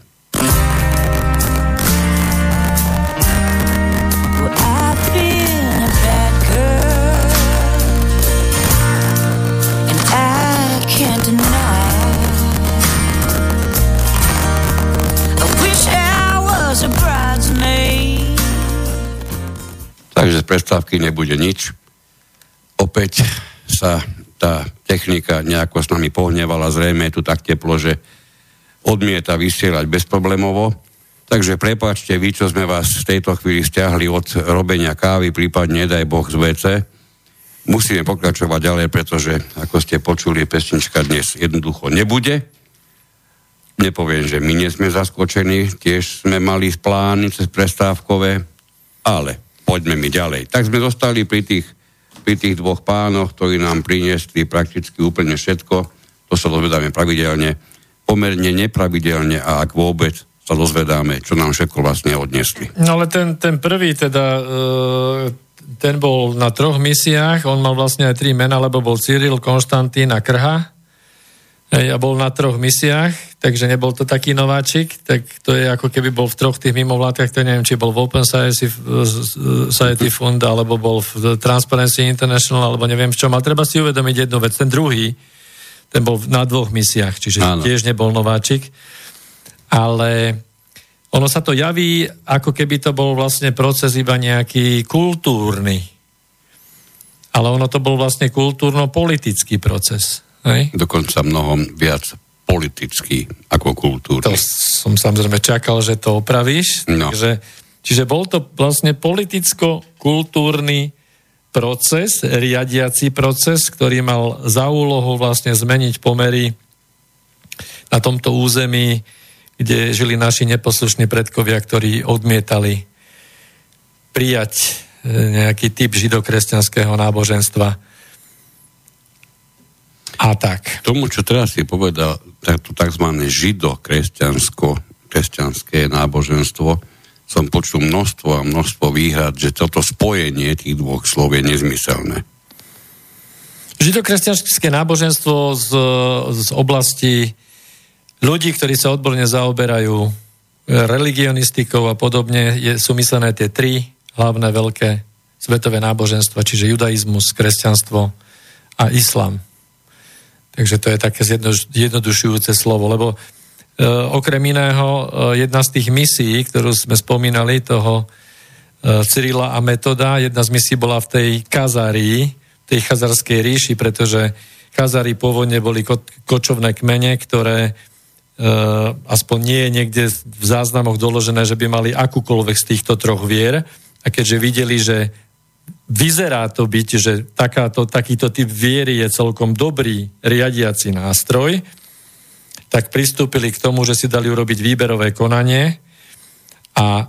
Takže z prestávky nebude nič. Opäť sa tá technika nejako s nami pohnevala, zrejme je tu tak teplo, že odmieta vysielať bezproblémovo. Takže prepáčte vy, čo sme vás v tejto chvíli stiahli od robenia kávy, prípadne daj Boh z vé cé. Musíme pokračovať ďalej, pretože, ako ste počuli, pesnička dnes jednoducho nebude. Nepoviem, že my nie sme zaskočení, tiež sme mali plány cez prestávkové, ale poďme mi ďalej. Tak sme zostali pri tých, pri tých dvoch pánoch, ktorí nám priniesli prakticky úplne všetko. To sa dozvedáme pravidelne, pomerne nepravidelne a ak vôbec sa dozvedáme, čo nám všetko vlastne odniesli. No ale ten, ten prvý teda, ten bol na troch misiách, on mal vlastne aj tri mená, lebo bol Cyril, Konštantín a Krha. A bol na troch misiách, takže nebol to taký nováčik, tak to je ako keby bol v troch tých mimovládkach, to neviem, či bol v Open Society Fund, alebo bol v Transparency International, alebo neviem v čom, ale treba si uvedomiť jednu vec, ten druhý, ten bol na dvoch misiách, čiže áno, tiež nebol nováčik, ale ono sa to javí, ako keby to bol vlastne proces iba nejaký kultúrny, ale ono to bol vlastne kultúrno-politický proces. Hej. Dokonca mnohom viac politický ako kultúrny. To som samozrejme čakal, že to opravíš. No. Takže, čiže bol to vlastne politicko-kultúrny proces, riadiaci proces, ktorý mal za úlohu vlastne zmeniť pomery na tomto území, kde žili naši neposlušní predkovia, ktorí odmietali prijať nejaký typ židokresťanského náboženstva. A tak. Tomu, čo teraz si povedal, to tzv. Žido-kresťansko-kresťanské náboženstvo, som počul množstvo a množstvo výhrad, že toto spojenie tých dvoch slov je nezmyselné. Židokresťanské náboženstvo z, z oblasti ľudí, ktorí sa odborne zaoberajú religionistikou a podobne, je, sú myslené tie tri hlavné veľké svetové náboženstva, čiže judaizmus, kresťanstvo a islám. Takže to je také zjednodušujúce slovo, lebo e, okrem iného e, jedna z tých misií, ktorú sme spomínali, toho e, Cyrila a Metoda, jedna z misií bola v tej Kazárii, tej chazarskej ríši, pretože Kazári pôvodne boli ko- kočovné kmene, ktoré e, aspoň nie je niekde v záznamoch doložené, že by mali akúkoľvek z týchto troch vier. A keďže videli, že vyzerá to byť, že takáto, takýto typ viery je celkom dobrý riadiaci nástroj, tak pristúpili k tomu, že si dali urobiť výberové konanie a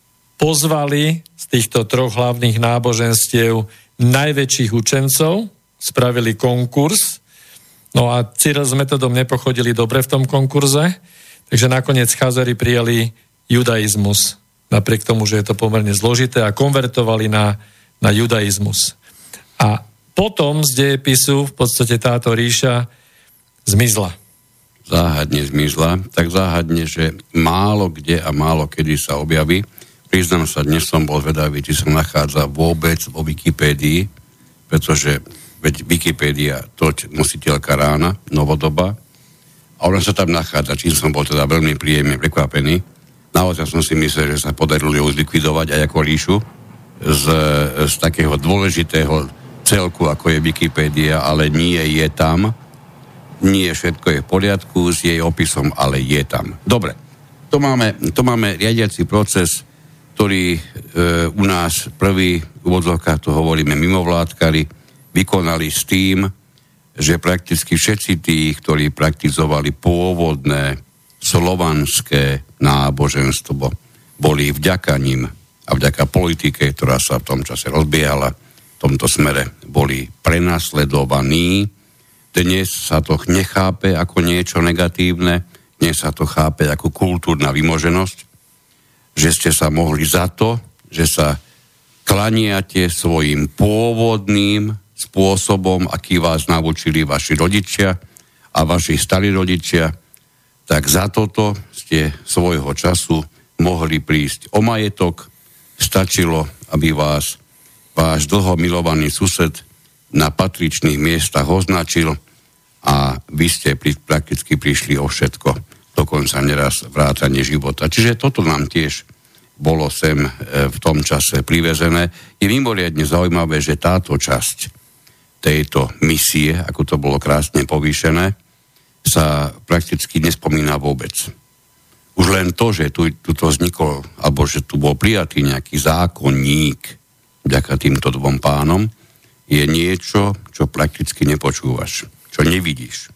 pozvali z týchto troch hlavných náboženstiev najväčších učencov, spravili konkurs, no a Cyril s Metodom nepochodili dobre v tom konkurze, takže nakoniec Chazari prijali judaizmus, napriek tomu, že je to pomerne zložité, a konvertovali na, na judaizmus. A potom z dejepisu v podstate táto ríša zmizla. Záhadne zmizla, tak záhadne, že málo kde a málo kedy sa objaví. Priznám sa, dnes som bol zvedavý, či sa nachádza vôbec vo Wikipédii, pretože veď Wikipédia, to nositeľka rána, novodoba, a ona sa tam nachádza, čím som bol teda veľmi príjemne prekvapený. Naozaj som si myslel, že sa podarilo ju zlikvidovať aj ako ríšu z, z takého dôležitého celku, ako je Wikipédia, ale nie je tam. Nie všetko je v poriadku s jej opisom, ale je tam. Dobre, to máme, to máme riadiaci proces, ktorý e, u nás prvý v úvodzovkách, to hovoríme mimovládkari, vykonali s tým, že prakticky všetci tí, ktorí praktizovali pôvodné slovanské náboženstvo, boli vďaka ním a vďaka politike, ktorá sa v tom čase rozbiehala, v tomto smere boli prenasledovaní. Dnes sa to nechápe ako niečo negatívne, dnes sa to chápe ako kultúrna vymoženosť, že ste sa mohli za to, že sa klaniate svojim pôvodným spôsobom, aký vás naučili vaši rodičia a vaši starí rodičia, tak za toto ste svojho času mohli prísť o majetok. Stačilo, aby vás váš dlho milovaný sused na patričných miestach označil a vy ste pri, prakticky prišli o všetko. Dokonca neraz vrátanie života. Čiže toto nám tiež bolo sem v tom čase privezené. Je mimoriadne zaujímavé, že táto časť tejto misie, ako to bolo krásne povýšené, sa prakticky nespomína vôbec. Už len to, že tu, tu to vznikol, alebo že tu bol prijatý nejaký zákonník vďaka týmto dvom pánom, je niečo, čo prakticky nepočúvaš, čo nevidíš.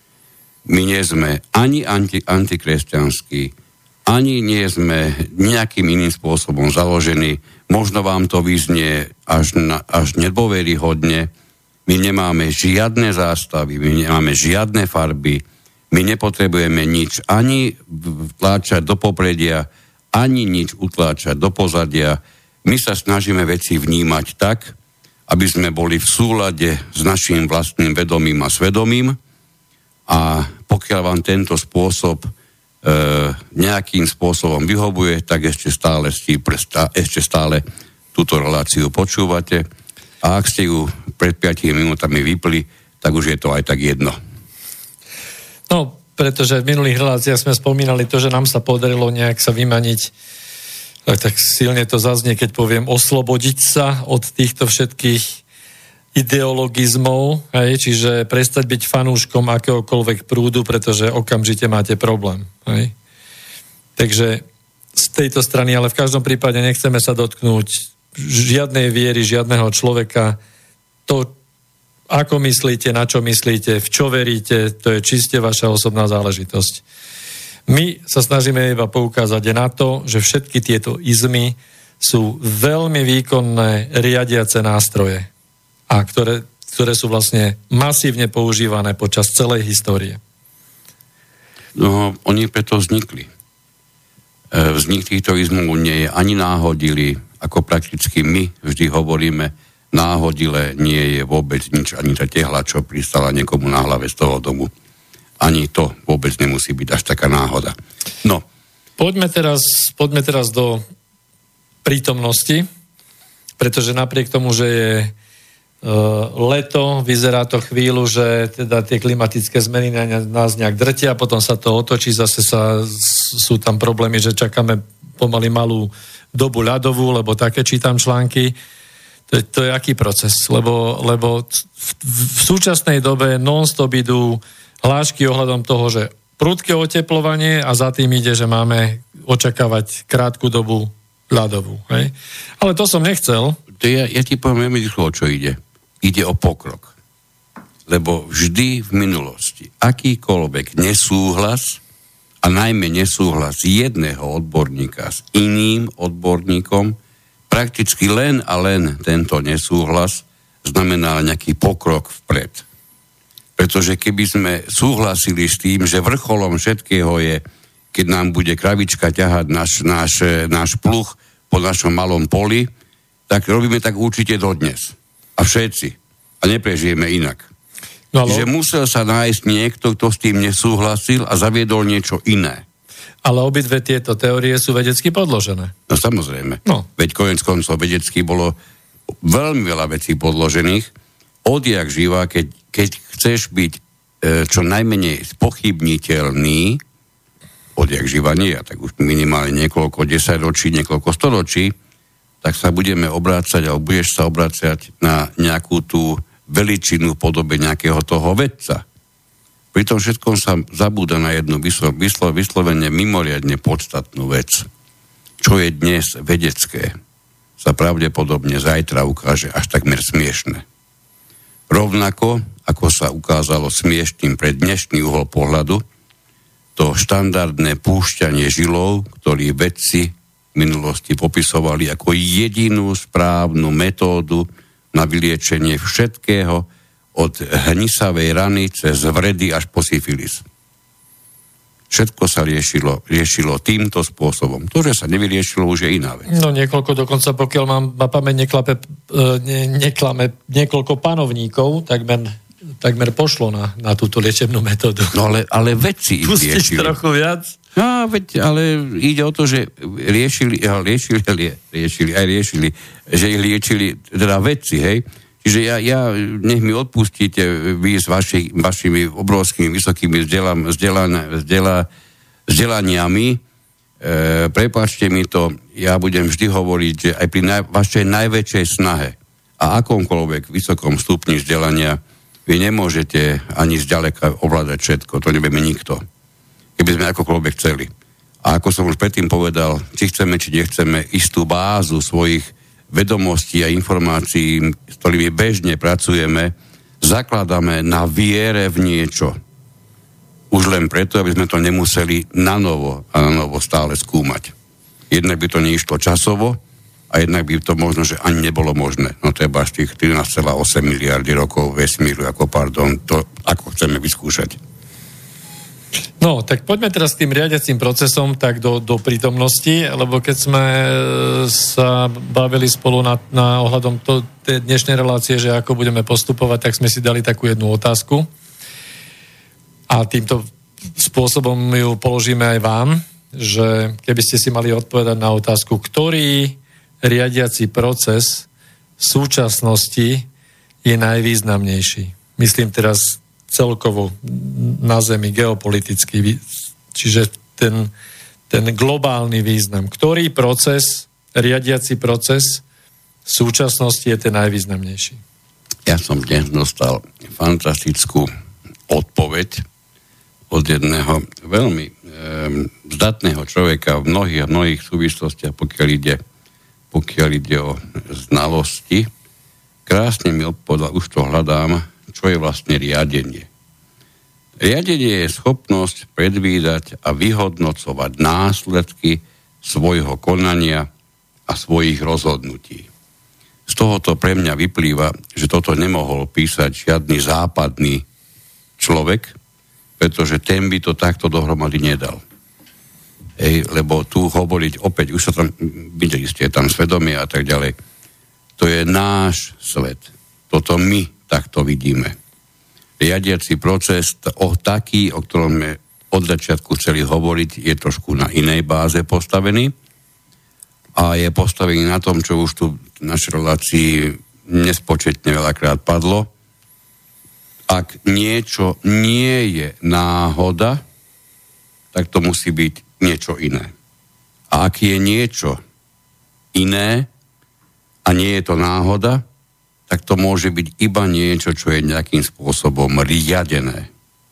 My nie sme ani anti, antikresťanskí, ani nie sme nejakým iným spôsobom založení. Možno vám to vyznie až, na, až nedôveryhodne. My nemáme žiadne zástavy, my nemáme žiadne farby, my nepotrebujeme nič ani vtláčať do popredia, ani nič utláčať do pozadia. My sa snažíme veci vnímať tak, aby sme boli v súlade s našim vlastným vedomím a svedomím, a pokiaľ vám tento spôsob e, nejakým spôsobom vyhovuje, tak ešte stále, ešte stále túto reláciu počúvate, a ak ste ju pred piatimi minútami vypli, tak už je to aj tak jedno. No, pretože v minulých reláciách sme spomínali to, že nám sa podarilo nejak sa vymaniť, tak, tak silne to zaznie, keď poviem, oslobodiť sa od týchto všetkých ideologizmov, hej, čiže prestať byť fanúškom akéhokoľvek prúdu, pretože okamžite máte problém. Hej. Takže z tejto strany, ale v každom prípade nechceme sa dotknúť žiadnej viery, žiadneho človeka. To, ako myslíte, na čo myslíte, v čo veríte, to je čiste vaša osobná záležitosť. My sa snažíme iba poukázať na to, že všetky tieto izmy sú veľmi výkonné riadiace nástroje, a ktoré, ktoré sú vlastne masívne používané počas celej histórie. No, oni preto vznikli. Vznik týchto izmov nie je ani náhodilý, ako prakticky my vždy hovoríme, náhodile nie je vôbec nič, ani tá tehla, čo pristala niekomu na hlave z toho domu. Ani to vôbec nemusí byť až taká náhoda. No. Poďme teraz, poďme teraz do prítomnosti, pretože napriek tomu, že je leto, vyzerá to chvíľu, že teda tie klimatické zmeny nás nejak drtia, potom sa to otočí, zase sa, sú tam problémy, že čakáme pomaly malú dobu ľadovú, lebo také čítam články. To je, to je aký proces? Lebo, lebo v, v súčasnej dobe non-stop idú hlášky ohľadom toho, že prudké oteplovanie, a za tým ide, že máme očakávať krátku dobu ľadovú. Hej? Ale to som nechcel. To ja, ja ti poviem veľmi rýchlo, čo ide. Ide o pokrok. lebo vždy v minulosti akýkoľvek nesúhlas a najmä nesúhlas jedného odborníka s iným odborníkom, prakticky len a len tento nesúhlas znamenal nejaký pokrok vpred. Pretože keby sme súhlasili s tým, že vrcholom všetkého je, keď nám bude kravička ťahať náš, náš, náš pluh po našom malom poli, tak robíme tak určite dodnes. A všetci. A neprežijeme inak. No, ale... Čiže musel sa nájsť niekto, kto s tým nesúhlasil a zaviedol niečo iné. Ale obidve tieto teórie sú vedecky podložené. No samozrejme. No. Veď koniec koncov vedecky bolo veľmi veľa vecí podložených. Odjak živa, keď, keď chceš byť e, čo najmenej spochybniteľný, odjak živa nie, a tak už minimálne niekoľko desaťročí, niekoľko storočí, tak sa budeme obrácať, alebo budeš sa obrácať na nejakú tú veličinu v podobe nejakého toho vedca. Pri tom všetkom sa zabúda na jednu vyslo, vyslo, vyslovene mimoriadne podstatnú vec. Čo je dnes vedecké, sa pravdepodobne zajtra ukáže až takmer smiešne. Rovnako, ako sa ukázalo smiešným pre dnešný uhol pohľadu, to štandardné púšťanie žilov, ktorý vedci v minulosti popisovali ako jedinú správnu metódu na vyliečenie všetkého od hnisavej rany cez vredy až po syfilis. Všetko sa riešilo, riešilo týmto spôsobom. To, že sa nevyriešilo, už je iná vec. No niekoľko dokonca, pokiaľ mám na pamäť neklape, ne, neklame niekoľko panovníkov, takmer, takmer pošlo na, na túto liečebnú metódu. No ale, ale vedci ich riešili. Pustíš trochu viac? No, veď, ale ide o to, že riešili, riešili, riešili, aj riešili, že ich liečili teda vedci, hej. Čiže ja, ja nech mi odpustíte vy s vaši, vašimi obrovskými, vysokými vzdelan, vzdelan, vzdelan, vzdelaniami. E, prepáčte mi to, ja budem vždy hovoriť, že aj pri naj, vašej najväčšej snahe a akomkoľvek vysokom stupni vzdelania vy nemôžete ani zďaleka ovládať všetko, to nevieme nikto. Keby sme akokoľvek chceli. A ako som už predtým povedal, či chceme, či nechceme istú bázu svojich vedomostí a informácií, s ktorými bežne pracujeme, zakladáme na viere v niečo. Už len preto, aby sme to nemuseli na novo a na novo stále skúmať. Jednak by to neišlo časovo a jednak by to možno, že ani nebolo možné. No to je až tých trinásť celá osem miliardy rokov vesmíru, ako pardon, to ako chceme vyskúšať. No, tak poďme teraz k tým riadiacím procesom tak do, do prítomnosti, lebo keď sme sa bavili spolu na, na ohľadom to, tej dnešnej relácie, že ako budeme postupovať, tak sme si dali takú jednu otázku a týmto spôsobom ju položíme aj vám, že keby ste si mali odpovedať na otázku, ktorý riadiaci proces v súčasnosti je najvýznamnejší. Myslím teraz celkovo na Zemi, geopolitický, čiže ten, ten globálny význam. Ktorý proces, riadiaci proces v súčasnosti je ten najvýznamnejší? Ja som dnes dostal fantastickú odpoveď od jedného veľmi e, zdatného človeka v mnohých a mnohých súvislostiach, pokiaľ ide, pokiaľ ide o znalosti. Krásne mi odpovedal, už to hľadám, čo je vlastne riadenie. Riadenie je schopnosť predvídať a vyhodnocovať následky svojho konania a svojich rozhodnutí. Z tohoto pre mňa vyplýva, že toto nemohol písať žiadny západný človek, pretože ten by to takto dohromady nedal. Ej, lebo tu hovoriť opäť, už sa tam, videli ste, tam svedomie a tak ďalej, to je náš svet. Toto my takto vidíme. Riadiaci proces, o taký, o ktorom sme od začiatku chceli hovoriť, je trošku na inej báze postavený a je postavený na tom, čo už tu v našej relácii nespočetne veľakrát padlo. Ak niečo nie je náhoda, tak to musí byť niečo iné. A ak je niečo iné a nie je to náhoda, tak to môže byť iba niečo, čo je nejakým spôsobom riadené.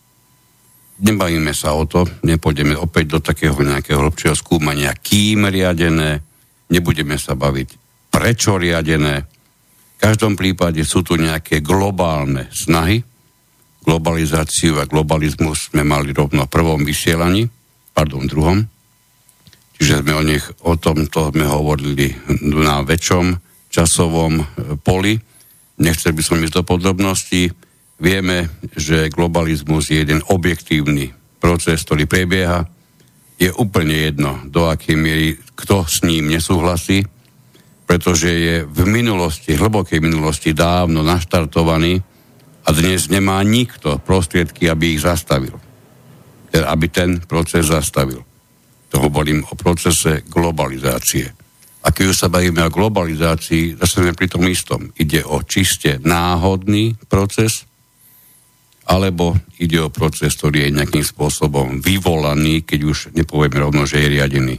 Nebavíme sa o to, nepôjdeme opäť do takého nejakého hlbšieho skúmania, kým riadené, nebudeme sa baviť, prečo riadené. V každom prípade sú tu nejaké globálne snahy, globalizáciu a globalizmus sme mali rovno v prvom vysielaní, pardon, druhom. Čiže sme o nich, o tomto sme hovorili na väčšom časovom poli. Nechcel by som ísť do podrobností. Vieme, že globalizmus je jeden objektívny proces, ktorý prebieha. Je úplne jedno, do akej miery kto s ním nesúhlasí, pretože je v minulosti, hlbokej minulosti dávno naštartovaný a dnes nemá nikto prostriedky, aby ich zastavil. Aby ten proces zastavil. To hovorím o procese globalizácie. A keď už sa bavíme o globalizácii, zase sme pri tom istom. Ide o čiste náhodný proces, alebo ide o proces, ktorý je nejakým spôsobom vyvolaný, keď už nepovieme rovno, že je riadený.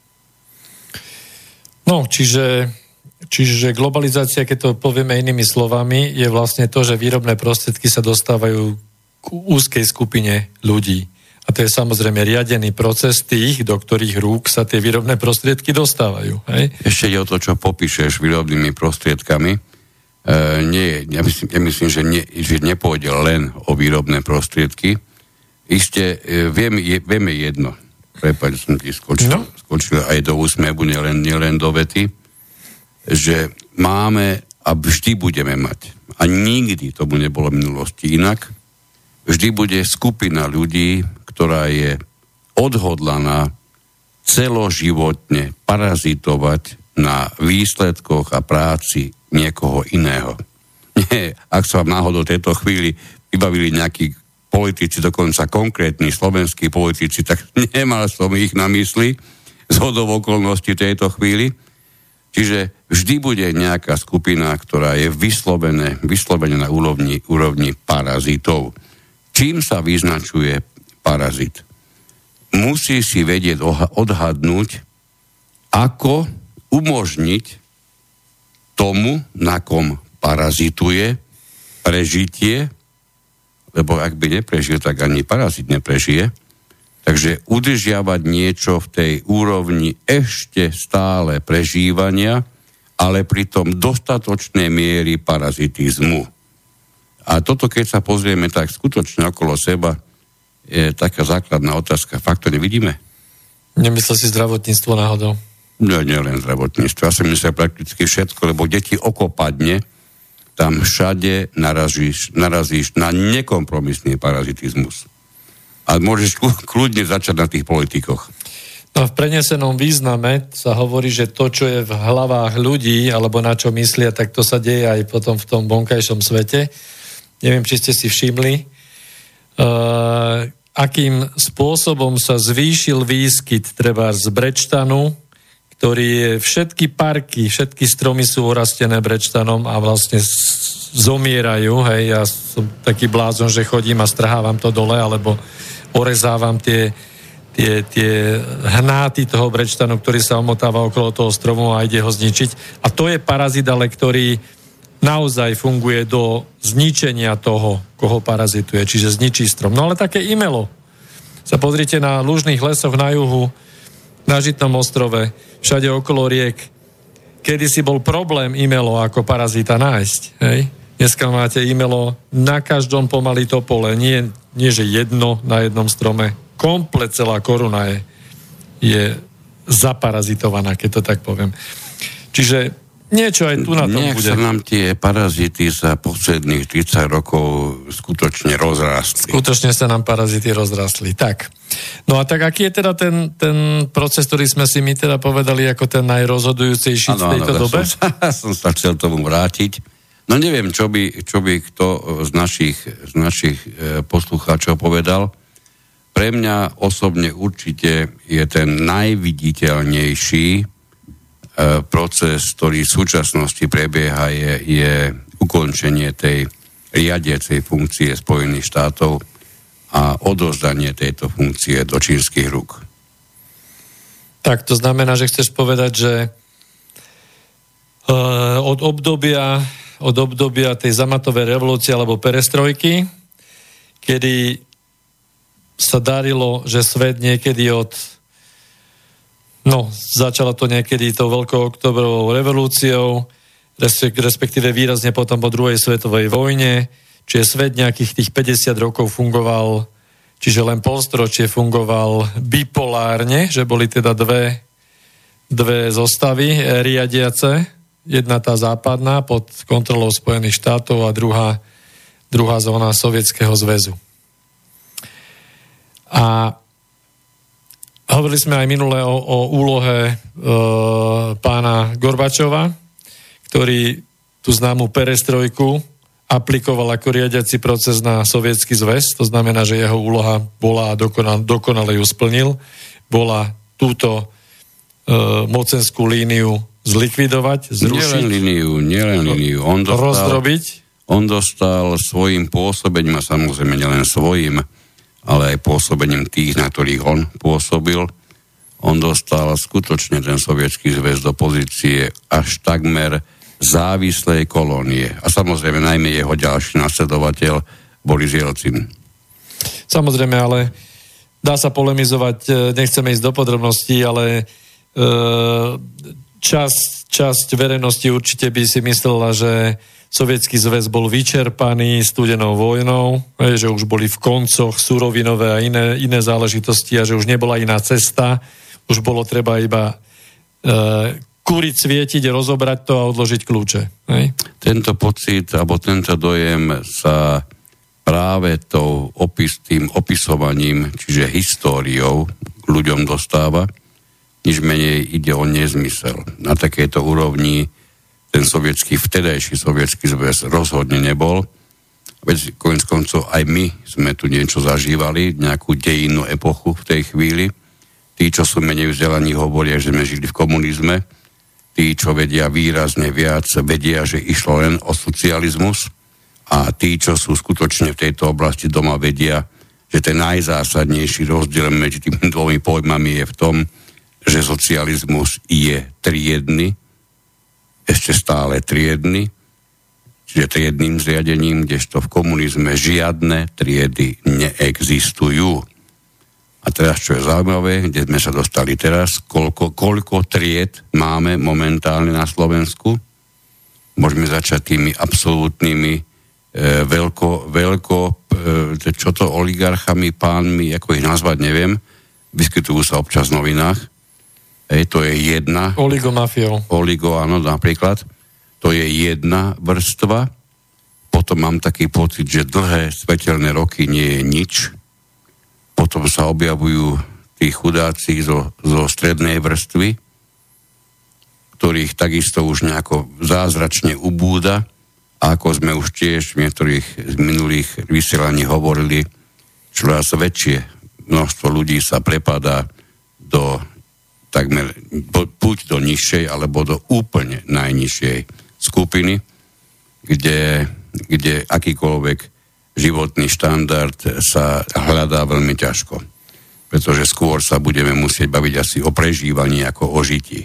No, čiže, čiže globalizácia, keď to povieme inými slovami, je vlastne to, že výrobné prostriedky sa dostávajú k úzkej skupine ľudí. A to je samozrejme riadený proces tých, do ktorých rúk sa tie výrobné prostriedky dostávajú. Hej? Ešte ide o to, čo popíšeš výrobnými prostriedkami. E, nie, ja, myslím, ja myslím, že, nie, že nepôjde len o výrobné prostriedky. Isté, e, vieme, je, vieme jedno. Prepáč, som ti skočil, no. skočil aj do úsmevu, nielen, nielen do vety, že máme a vždy budeme mať. A nikdy tomu nebolo v minulosti inak. Vždy bude skupina ľudí, ktorá je odhodlaná celoživotne parazitovať na výsledkoch a práci niekoho iného. Nie, ak sa vám náhodou v tejto chvíli vybavili nejakí politici, dokonca konkrétni slovenskí politici, tak nemal som ich na mysli z hodou okolností v tejto chvíli. Čiže vždy bude nejaká skupina, ktorá je vyslovené, vyslovene na úrovni, úrovni parazitov. Čím sa vyznačuje parazit? Musí si vedieť odhadnúť, ako umožniť tomu, na kom parazituje, prežitie, lebo ak by neprežil, tak ani parazit neprežije. Takže udržiavať niečo v tej úrovni ešte stále prežívania, ale pritom dostatočnej miery parazitizmu. A toto, keď sa pozrieme tak skutočne okolo seba, je taká základná otázka. Fakt to nevidíme? Nemyslel si zdravotníctvo náhodou? No, nie len zdravotníctvo. Ja som myslel prakticky všetko, lebo deti okopadne, tam všade narazíš, narazíš na nekompromisný parazitizmus. A môžeš kľudne začať na tých politikoch. No v prenesenom význame sa hovorí, že to, čo je v hlavách ľudí, alebo na čo myslia, tak to sa deje aj potom v tom vonkajšom svete. Neviem, či ste si všimli, uh, akým spôsobom sa zvýšil výskyt treba z brečtanu, ktorý je, všetky parky, všetky stromy sú orastené brečtanom a vlastne zomierajú. Hej, ja som taký blázon, že chodím a strhávam to dole, alebo orezávam tie, tie, tie hnáty toho brečtanu, ktorý sa omotáva okolo toho stromu a ide ho zničiť. A to je parazit, ale ktorý naozaj funguje do zničenia toho, koho parazituje, čiže zničí strom. No ale také imelo. Sa pozrite na lužných lesoch na juhu, na Žitnom ostrove, všade okolo riek. Kedysi bol problém imelo ako parazita nájsť. Hej? Dneska máte imelo na každom pomaly topole. Nie, nie že jedno na jednom strome. Komplet celá koruna je, je zaparazitovaná, keď to tak poviem. Čiže niečo aj tu na tom Nech bude. Nech sa nám tie parazity za posledných tridsať rokov skutočne rozrástli. Skutočne sa nám parazity rozrastli. Tak. No a tak aký je teda ten, ten proces, ktorý sme si my teda povedali ako ten najrozhodujúcejší ano, v tejto ano, dobe? Som sa, som sa chcel tomu vrátiť. No neviem, čo by, čo by kto z našich, z našich e, poslucháčov povedal. Pre mňa osobne určite je ten najviditeľnejší e, proces, ktorý v súčasnosti prebieha, je, je ukončenie tej riadiacej funkcie Spojených štátov a odovzdanie tejto funkcie do čínskych rúk. Tak, to znamená, že chceš povedať, že uh, od obdobia od obdobia tej zamatovej revolúcie alebo perestrojky, kedy sa darilo, že svet niekedy od no, začalo to niekedy tou veľkou oktobrovou revolúciou, respektíve výrazne potom po druhej svetovej vojne, čiže svet nejakých tých päťdesiat rokov fungoval, čiže len polstoročie fungoval bipolárne, že boli teda dve, dve zostavy riadiace, jedna tá západná pod kontrolou Spojených štátov a druhá, druhá zóna Sovietskeho zväzu. A hovorili sme aj minule o, o úlohe e, pána Gorbačova, ktorý tú známu perestrojku aplikoval ako riadiaci proces na Sovietsky zväz. To znamená, že jeho úloha bola a dokonale, dokonale ju splnil. Bola túto e, mocenskú líniu zlikvidovať, zrušiť. Nielen líniu, nielen líniu. On dostal, rozdrobiť. On dostal svojim pôsobením, a samozrejme nielen svojim, ale aj pôsobením tých, na ktorých on pôsobil, on dostal skutočne ten Sovietsky zväz do pozície až takmer závislej kolónie. A samozrejme najmä jeho ďalší nasledovateľ Boris Jelcin. Samozrejme, ale dá sa polemizovať, nechceme ísť do podrobností, ale e, časť, časť verejnosti určite by si myslela, že Sovietsky zväz bol vyčerpaný studenou vojnou, že už boli v koncoch surovinové a iné, iné záležitosti a že už nebola iná cesta, už bolo treba iba e, kúriť, svietiť, rozobrať to a odložiť kľúče. Hej? Tento pocit, alebo tento dojem sa práve tou opis, tým opisovaním, čiže históriou k ľuďom dostáva, nič menej ide o nezmysel. Na takejto úrovni ten sovietský, vtedajší Sovietsky zväz rozhodne nebol. Veď koniec koncov aj my sme tu niečo zažívali, nejakú dejinnú epochu v tej chvíli. Tí, čo sú menej vzdelaní, hovoria, že sme žili v komunizme. Tí, čo vedia výrazne viac, vedia, že išlo len o socializmus. A tí, čo sú skutočne v tejto oblasti doma, vedia, že ten najzásadnejší rozdiel medzi tými dvomi pojmami je v tom, že socializmus je triedny, ešte stále triedny, čiže triedným zriadením, kdežto v komunizme žiadne triedy neexistujú. A teraz, čo je zaujímavé, kde sme sa dostali teraz, koľko, koľko tried máme momentálne na Slovensku? Môžeme začať tými absolútnymi e, veľko, veľko e, čo to oligarchami, pánmi, ako ich nazvať, neviem, vyskytujú sa občas v novinách. Ej, to je jedna. Oligomafiou. Oligo, áno, napríklad. To je jedna vrstva. Potom mám taký pocit, že dlhé svetelné roky nie je nič. Potom sa objavujú tí chudáci zo, zo strednej vrstvy, ktorých takisto už nejako zázračne ubúda. A ako sme už tiež v niektorých z minulých vysielaní hovorili, čoraz väčšie množstvo ľudí sa prepadá do takmer buď do nižšej, alebo do úplne najnižšej skupiny, kde, kde akýkoľvek životný štandard sa hľadá veľmi ťažko. Pretože skôr sa budeme musieť baviť asi o prežívaní ako o žití.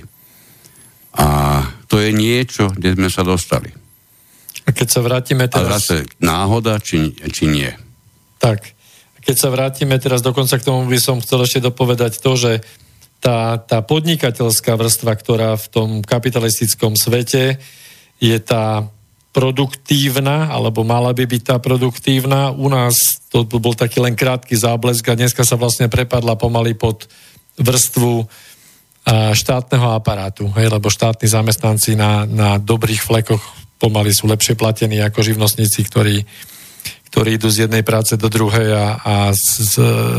A to je niečo, kde sme sa dostali. A keď sa vrátime teraz... A zase náhoda, či, či nie? Tak. Keď sa vrátime teraz, dokonca k tomu by som chcel ešte dopovedať to, že Tá, tá podnikateľská vrstva, ktorá v tom kapitalistickom svete je tá produktívna, alebo mala by byť tá produktívna. U nás to bol taký len krátky záblesk a dneska sa vlastne prepadla pomaly pod vrstvu štátneho aparátu, hej, lebo štátni zamestnanci na, na dobrých flekoch pomaly sú lepšie platení ako živnostníci, ktorí, ktorí idú z jednej práce do druhej a, a z, z,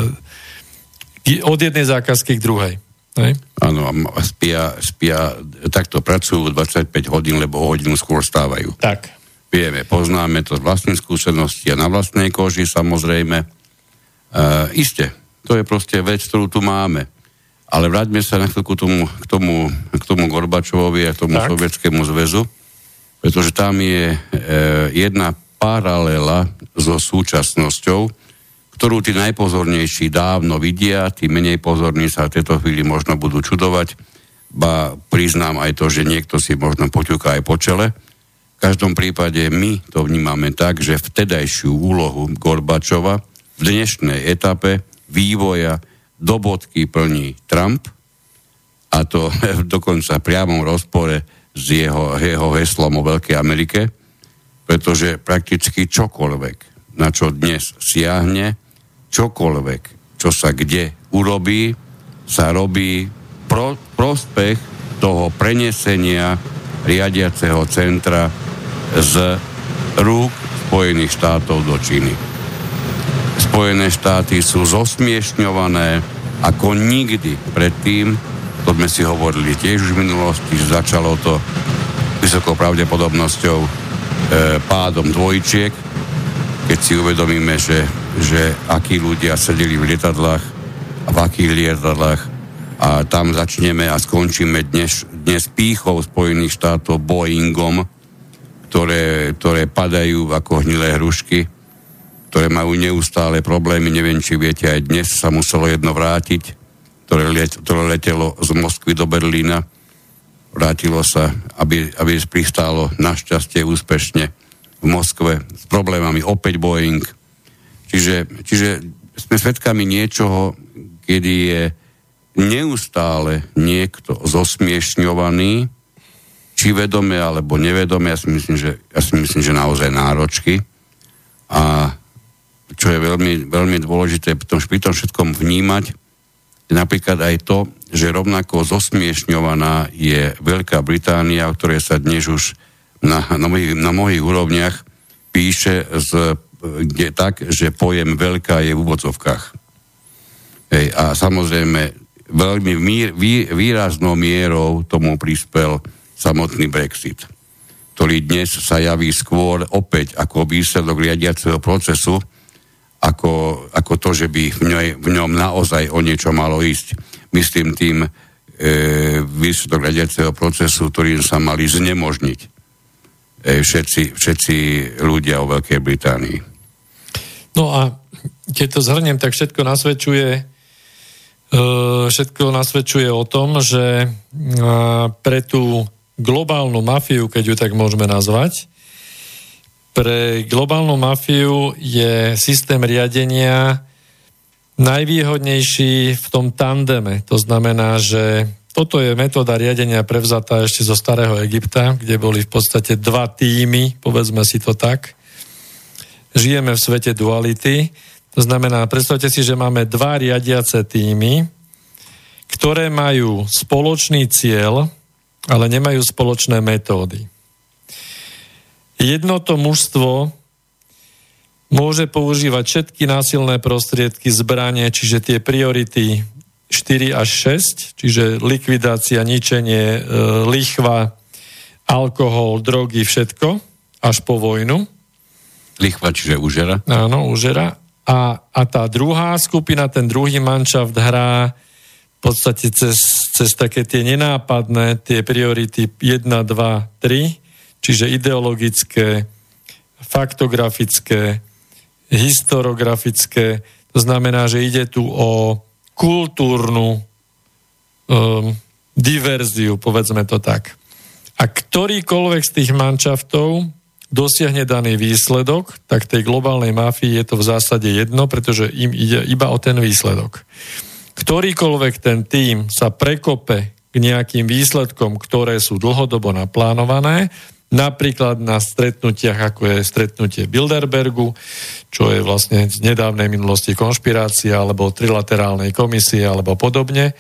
od jednej zákazky k druhej. Áno, spia, spia, takto pracujú dvadsaťpäť hodín, lebo o hodinu skôr stávajú. Tak. Vieme, poznáme to z vlastnej skúsenosti a na vlastnej koži, samozrejme. E, iste, to je proste vec, ktorú tu máme. Ale vráťme sa na chvíľku tomu, k tomu, k tomu Gorbačovovi a k tomu tak. Sovietskému zväzu, pretože tam je e, jedna paralela so súčasnosťou, ktorú tí najpozornejší dávno vidia, tí menej pozorní sa v tejto chvíli možno budú čudovať, ba priznám aj to, že niekto si možno poťuká aj po čele. V každom prípade my to vnímame tak, že vtedajšiu úlohu Gorbačova v dnešnej etape vývoja do bodky plní Trump, a to dokonca v priamom rozpore s jeho, jeho heslom o Veľkej Amerike, pretože prakticky čokoľvek, na čo dnes siahne, čokoľvek, čo sa kde urobí, sa robí pro, prospech toho prenesenia riadiaceho centra z rúk Spojených štátov do Číny. Spojené štáty sú zosmiešňované ako nikdy predtým, to sme si hovorili tiež už v minulosti, že začalo to vysokou pravdepodobnosťou e, pádom dvojčiek, keď si uvedomíme, že, že akí ľudia sedeli v lietadlách a v akých lietadlách a tam začneme a skončíme dnes, dnes pýchou Spojených štátov Boeingom, ktoré, ktoré padajú ako hnilé hrušky, ktoré majú neustále problémy. Neviem, či viete, aj dnes sa muselo jedno vrátiť, ktoré, let, ktoré letelo z Moskvy do Berlína. Vrátilo sa, aby, aby pristálo našťastie úspešne v Moskve s problémami opäť Boeing. Čiže, čiže sme svedkami niečoho, kedy je neustále niekto zosmiešňovaný, či vedome alebo nevedome, ja si myslím, že, ja si myslím, že naozaj náročky. A čo je veľmi, veľmi dôležité pri tom, pri tom všetkom vnímať, je napríklad aj to, že rovnako zosmiešňovaná je Veľká Británia, o ktorej sa dnes už na, na, mojich, na mojich úrovniach píše z, kde, tak, že pojem veľká je v úvodzovkách. Hej, a samozrejme veľmi mír, vý, výraznou mierou tomu prispel samotný Brexit, ktorý dnes sa javí skôr opäť ako výsledok riadiaceho procesu, ako, ako to, že by v, ňoj, v ňom naozaj o niečo malo ísť. Myslím tým e, výsledok riadiaceho procesu, ktorým sa mali znemožniť e, všetci, všetci ľudia o Veľkej Británii. No a keď to zhrniem, tak všetko nasvedčuje e, všetko nasvedčuje o tom, že e, pre tú globálnu mafiu, keď ju tak môžeme nazvať, pre globálnu mafiu je systém riadenia najvýhodnejší v tom tandeme. To znamená, že toto je metóda riadenia prevzatá ešte zo starého Egypta, kde boli v podstate dva tímy, povedzme si to tak. Žijeme v svete duality. To znamená, predstavte si, že máme dva riadiace tímy, ktoré majú spoločný cieľ, ale nemajú spoločné metódy. Jedno to mužstvo môže používať všetky násilné prostriedky, zbranie, čiže tie priority štyri až šesť, čiže likvidácia, ničenie, e, lichva, alkohol, drogy, všetko, až po vojnu. Lichva, čiže užera? Áno, užera. A, a tá druhá skupina, ten druhý manšaft hrá v podstate cez, cez také tie nenápadné, tie priority jeden, dva, tri, čiže ideologické, faktografické, historiografické. To znamená, že ide tu o kultúrnu um, diverziu, povedzme to tak. A ktorýkoľvek z tých manšaftov dosiahne daný výsledok, tak tej globálnej mafii je to v zásade jedno, pretože im ide iba o ten výsledok. Ktorýkoľvek ten tím sa prekope k nejakým výsledkom, ktoré sú dlhodobo naplánované, napríklad na stretnutiach, ako je stretnutie Bilderbergu, čo je vlastne z nedávnej minulosti konšpirácia, alebo trilaterálnej komisie, alebo podobne,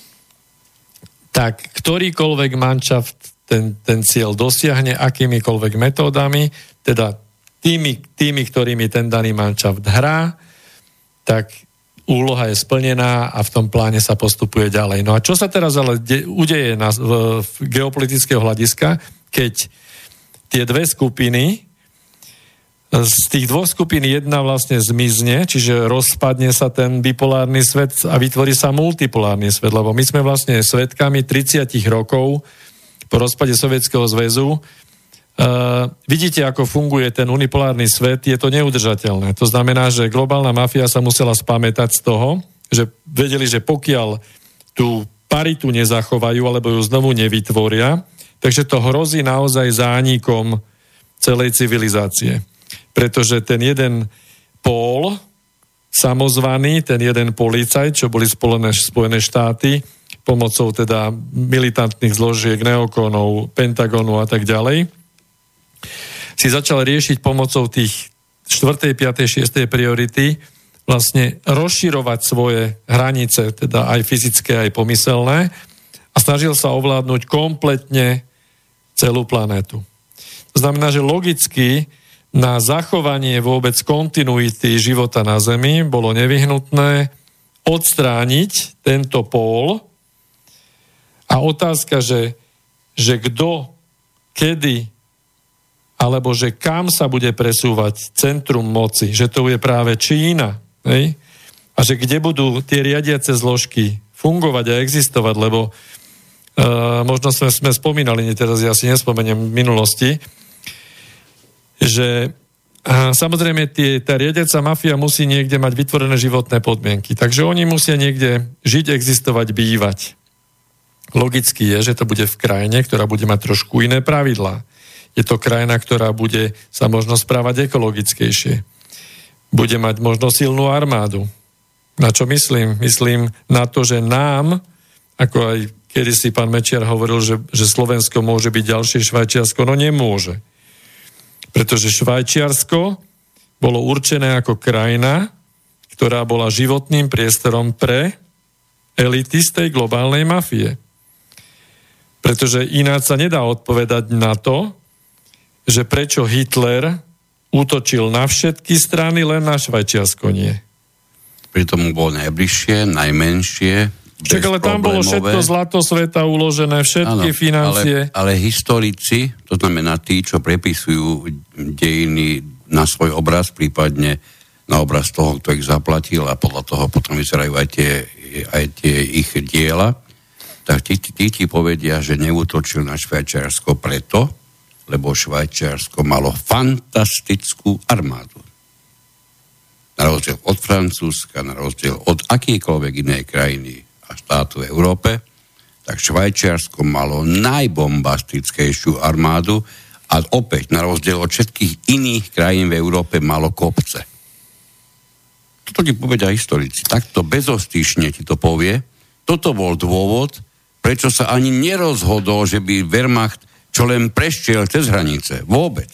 tak ktorýkoľvek manšaft ten, ten cieľ dosiahne akýmikoľvek metódami, teda tými, tými, ktorými ten daný manšaft hrá, tak úloha je splnená a v tom pláne sa postupuje ďalej. No a čo sa teraz ale de- udeje na, v, v geopolitického hľadiska, keď tie dve skupiny, z tých dvoch skupín jedna vlastne zmizne, čiže rozpadne sa ten bipolárny svet a vytvorí sa multipolárny svet, lebo my sme vlastne svedkami tridsať rokov po rozpade Sovietskeho zväzu. Uh, vidíte, ako funguje ten unipolárny svet, je to neudržateľné. To znamená, že globálna mafia sa musela spamätať z toho, že vedeli, že pokiaľ tú paritu nezachovajú alebo ju znovu nevytvoria, takže to hrozí naozaj zánikom celej civilizácie. Pretože ten jeden pól, samozvaný, ten jeden policajt, čo boli Spojené, Spojené štáty, pomocou teda militantných zložiek, neokonov, Pentagonu a tak ďalej, si začal riešiť pomocou tých štvrtej, piatej, šiestej priority vlastne rozširovať svoje hranice, teda aj fyzické, aj pomyselné, a snažil sa ovládnuť kompletne celú planétu. To znamená, že logicky na zachovanie vôbec kontinuity života na Zemi bolo nevyhnutné odstrániť tento pól a otázka, že, že kto, kedy alebo že kam sa bude presúvať centrum moci, že to je práve Čína, hej? A že kde budú tie riadiace zložky fungovať a existovať, lebo uh, možno sme, sme spomínali, teraz ja si nespomeniem v minulosti, že uh, samozrejme tie, tá riadiaca mafia musí niekde mať vytvorené životné podmienky, takže oni musia niekde žiť, existovať, bývať. Logicky je, že to bude v krajine, ktorá bude mať trošku iné pravidlá. Je to krajina, ktorá bude sa možno správať ekologickejšie. Bude mať možno silnú armádu. Na čo myslím? Myslím na to, že nám, ako aj kedysi pán Mečiar hovoril, že, že Slovensko môže byť ďalšie Švajčiarsko, no nemôže. Pretože Švajčiarsko bolo určené ako krajina, ktorá bola životným priestorom pre elity z tej globálnej mafie. Pretože ináč sa nedá odpovedať na to, že prečo Hitler útočil na všetky strany, len na Švajčiarsko nie. Pritom bol najbližšie, najmenšie, Však ale tam bolo všetko zlato sveta uložené, všetky ano, financie. Ale, ale historici, to znamená tí, čo prepisujú dejiny na svoj obraz, prípadne na obraz toho, kto ich zaplatil a podľa toho potom vyzerajú aj tie, aj tie ich diela, tak tí, tí, tí ti povedia, že neútočil na Švajčiarsko preto, lebo Švajčiarsko malo fantastickú armádu. Na rozdiel od Francúzska, na rozdiel od akýkoľvek inej krajiny a štátu v Európe, tak Švajčiarsko malo najbombastickejšiu armádu a opäť, na rozdiel od všetkých iných krajín v Európe, malo kopce. Toto ti povedia historici. Takto bezostyšne ti to povie. Toto bol dôvod, prečo sa ani nerozhodol, že by Wehrmacht čo len prešiel cez hranice. Vôbec.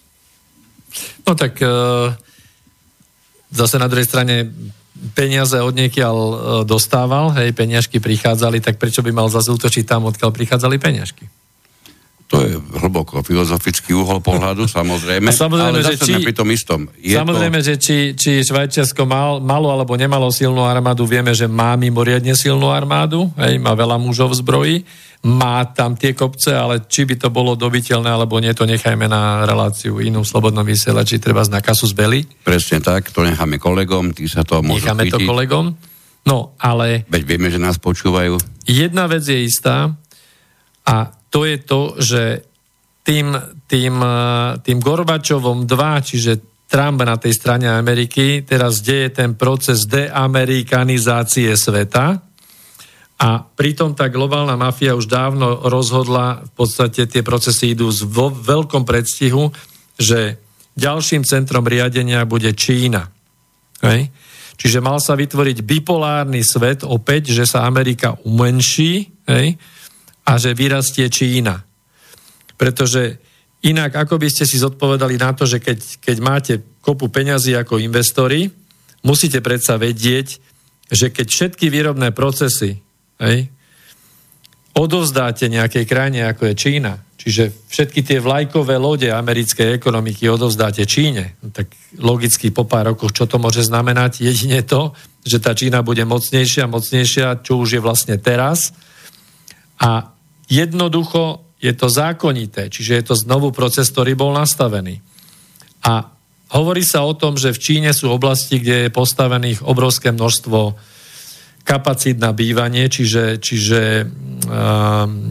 No tak e, zase na druhej strane peniaze odniekiaľ e, dostával, hej, peniažky prichádzali, tak prečo by mal zase útočiť tam, odkiaľ prichádzali peniažky? To je hlboko filozofický uhol pohľadu, samozrejme, samozrejme ale zase pri tom istom. Je samozrejme, to... že či, či Švajčiarsko mal, malo alebo nemalo silnú armádu, vieme, že má mimoriadne silnú armádu, hej, má veľa mužov v zbroji, má tam tie kopce, ale či by to bolo dobiteľné, alebo nie, to nechajme na reláciu inú v Slobodnom vysielači, treba na Kasus Belli. Presne tak, to necháme kolegom, tí sa to môžu Necháme chytiť. to kolegom. No, ale... Veď vieme, že nás počúvajú. Jedna vec je istá a to je to, že tým, tým, tým Gorbačovom dva, čiže Trump na tej strane Ameriky, teraz deje ten proces deamerikanizácie sveta a pritom tá globálna mafia už dávno rozhodla, v podstate tie procesy idú vo veľkom predstihu, že ďalším centrom riadenia bude Čína. Hej? Čiže mal sa vytvoriť bipolárny svet opäť, že sa Amerika umenší, hej? A že vyrastie Čína. Pretože inak, ako by ste si zodpovedali na to, že keď, keď máte kopu peňazí ako investori, musíte predsa vedieť, že keď všetky výrobné procesy, hej, odovzdáte nejakej krajine, ako je Čína, čiže všetky tie vlajkové lode americkej ekonomiky odovzdáte Číne, tak logicky po pár rokoch, čo to môže znamenať? Jedine to, že tá Čína bude mocnejšia, mocnejšia, čo už je vlastne teraz. A jednoducho je to zákonité, čiže je to znovu proces, ktorý bol nastavený. A hovorí sa o tom, že v Číne sú oblasti, kde je postavených obrovské množstvo kapacít na bývanie, čiže, čiže um,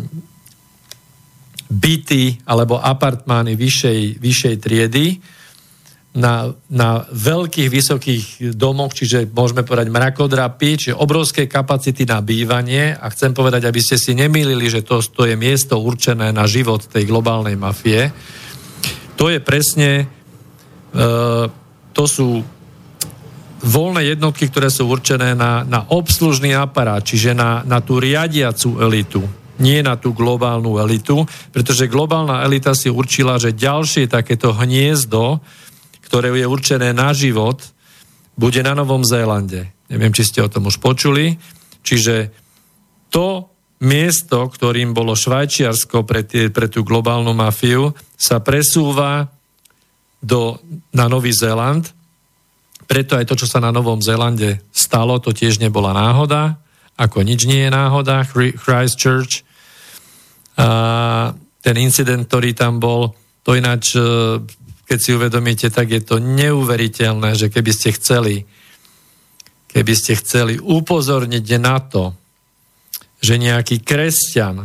byty alebo apartmány vyššej, vyššej triedy na, na veľkých, vysokých domoch, čiže môžeme povedať mrakodrapy, čiže obrovské kapacity na bývanie a chcem povedať, aby ste si nemýlili, že to, to je miesto určené na život tej globálnej mafie. To je presne, e, to sú voľné jednotky, ktoré sú určené na, na obslužný aparát, čiže na, na tú riadiacu elitu. nie na tú globálnu elitu, pretože globálna elita si určila, že ďalšie takéto hniezdo, ktoré je určené na život, bude na Novom Zélande. Neviem, či ste o tom už počuli. Čiže to miesto, ktorým bolo Švajčiarsko pre, tie, pre tú globálnu mafiu, sa presúva do, na Nový Zéland. Preto aj to, čo sa na Novom Zélande stalo, to tiež nebola náhoda, ako nič nie je náhoda. Christchurch, a ten incident, ktorý tam bol, to ináč, keď si uvedomíte, tak je to neuveriteľné, že keby ste chceli keby ste chceli upozorniť na to, že nejaký kresťan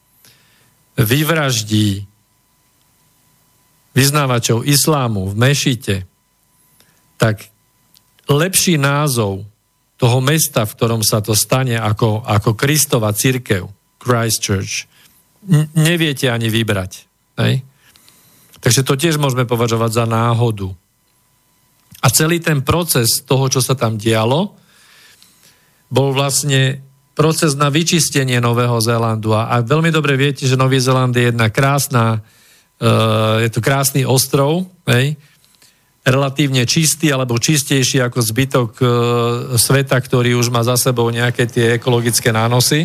vyvraždí vyznávačov islámu v mešite, tak lepší názov toho mesta, v ktorom sa to stane, ako, ako Kristova cirkev, Christchurch, n- neviete ani vybrať. Hej? Takže to tiež môžeme považovať za náhodu. A celý ten proces toho, čo sa tam dialo, bol vlastne proces na vyčistenie Nového Zélandu. A, a veľmi dobre viete, že Nový Zéland je jedna krásna, uh, je to krásny ostrov, hej? Relatívne čistý, alebo čistejší ako zbytok uh, sveta, ktorý už má za sebou nejaké tie ekologické nánosy.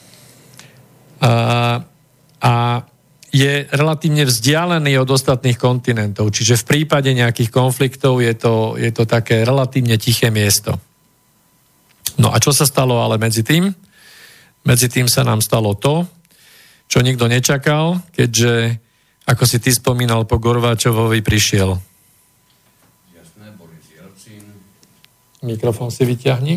A, a je relatívne vzdialený od ostatných kontinentov, čiže v prípade nejakých konfliktov je to, je to také relatívne tiché miesto. No a čo sa stalo ale medzi tým? Medzi tým sa nám stalo to, čo nikto nečakal, keďže, ako si ty spomínal, po Gorbačovovi prišiel. Jasné, Boris Jelcin. Mikrofón si vyťahni.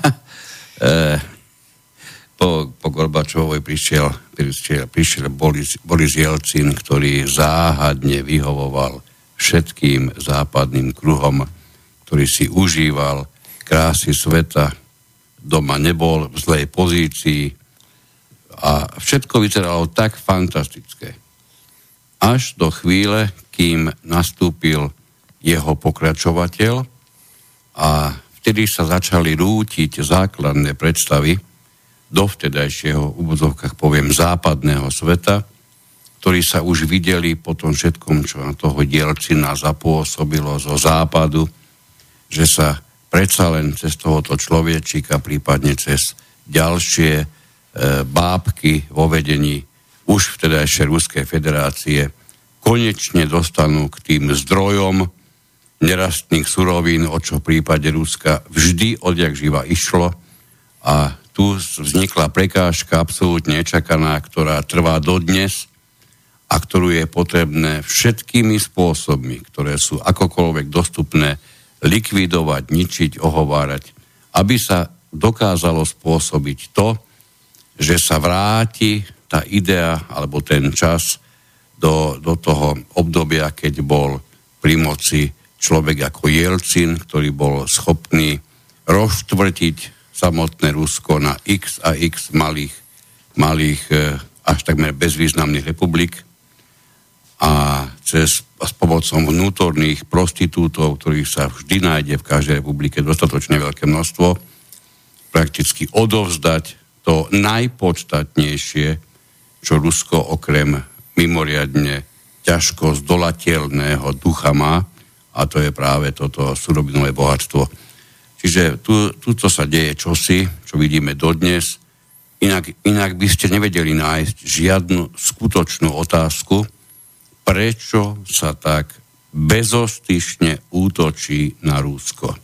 Po, po Gorbačovovi prišiel, prišiel, prišiel Boris, Boris Jelcin, ktorý záhadne vyhovoval všetkým západným kruhom, ktorý si užíval krásy sveta, doma nebol v zlej pozícii a všetko vyzeralo tak fantastické. Až do chvíle, kým nastúpil jeho pokračovateľ a vtedy sa začali rútiť základné predstavy dovtedajšieho, v úvodzovkách poviem, západného sveta, ktorí sa už videli po tom všetkom, čo na toho Jelcina zapôsobilo zo západu, že sa predsa len cez tohoto človečíka, prípadne cez ďalšie e, bábky vo vedení už vtedajšej Ruskej federácie konečne dostanú k tým zdrojom nerastných surovín, o čo v prípade Ruska vždy odjak živa išlo, a tu vznikla prekážka absolútne nečakaná, ktorá trvá dodnes a ktorú je potrebné všetkými spôsobmi, ktoré sú akokoľvek dostupné, likvidovať, ničiť, ohovárať, aby sa dokázalo spôsobiť to, že sa vráti tá idea alebo ten čas do, do toho obdobia, keď bol pri moci človek ako Jelcin, ktorý bol schopný rozštvrtiť samotné Rusko na x a x malých, malých až takmer bezvýznamných republik a cez, s pomocou vnútorných prostitútov, ktorých sa vždy nájde v každej republike dostatočne veľké množstvo, prakticky odovzdať to najpodstatnejšie, čo Rusko okrem mimoriadne ťažko zdolateľného ducha má, a to je práve toto surovinové bohatstvo. Čiže tu, tu to sa deje čosi, čo vidíme dodnes. Inak, inak by ste nevedeli nájsť žiadnu skutočnú otázku, prečo sa tak bezostyšne útočí na Rusko.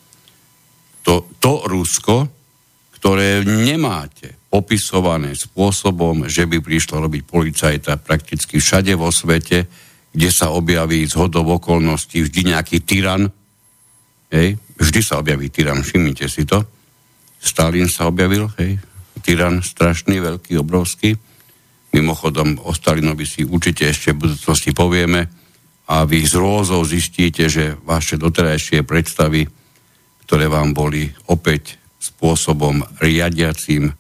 To, to Rusko, ktoré nemáte popisované spôsobom, že by prišlo robiť policajta prakticky všade vo svete, kde sa objaví zhodou okolností vždy nejaký tyran. Hej, vždy sa objaví tyran, všimnite si to. Stalin sa objavil, hej, tyran strašný, veľký, obrovský. Mimochodom, o Stalinovi si určite ešte v budúcnosti povieme a vy z rôzou zistíte, že vaše doterajšie predstavy, ktoré vám boli opäť spôsobom riadiacím e,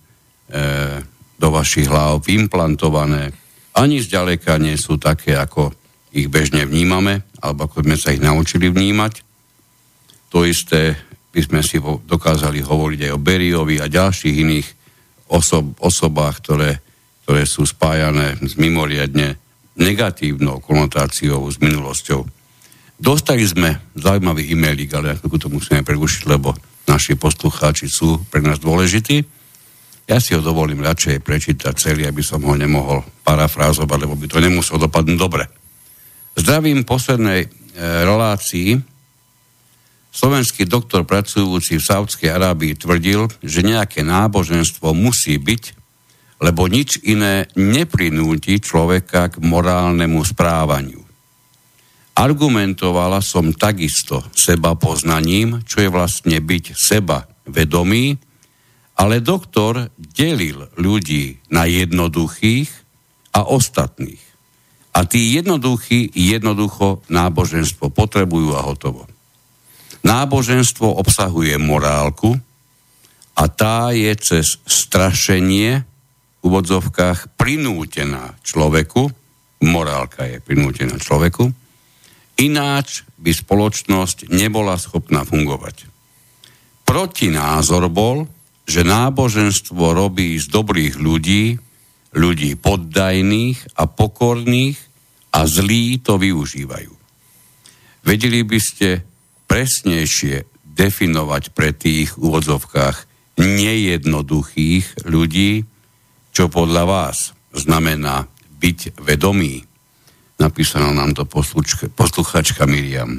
do vašich hlav implantované, ani zďaleka nie sú také, ako ich bežne vnímame, alebo ako sme sa ich naučili vnímať. To isté by sme si dokázali hovoriť aj o Beriovi a ďalších iných osob, osobách, ktoré ktoré sú spájané s mimoriadne negatívnou konotáciou s minulosťou. Dostali sme zaujímavý e-mailik, ale ako to musíme prerušiť, lebo naši poslucháči sú pre nás dôležití. Ja si ho dovolím radšej prečítať celý, aby som ho nemohol parafrázovať, lebo by to nemuselo dopadnúť dobre. Zdravím poslednej e, relácii. Slovenský doktor pracujúci v Saúdskej Arábii tvrdil, že nejaké náboženstvo musí byť, lebo nič iné neprinúti človeka k morálnemu správaniu. Argumentovala som takisto seba poznaním, čo je vlastne byť seba vedomý, ale doktor delil ľudí na jednoduchých a ostatných. A tí jednoduchí jednoducho náboženstvo potrebujú a hotovo. Náboženstvo obsahuje morálku a tá je cez strašenie v úvodzovkách prinútená človeku, morálka je prinútená človeku, ináč by spoločnosť nebola schopná fungovať. Protinázor bol, že náboženstvo robí z dobrých ľudí, ľudí poddajných a pokorných a zlí to využívajú. Vedeli by ste presnejšie definovať pre tých úvodzovkách nejednoduchých ľudí, čo podľa vás znamená byť vedomý? Napísala nám to posluchačka Miriam.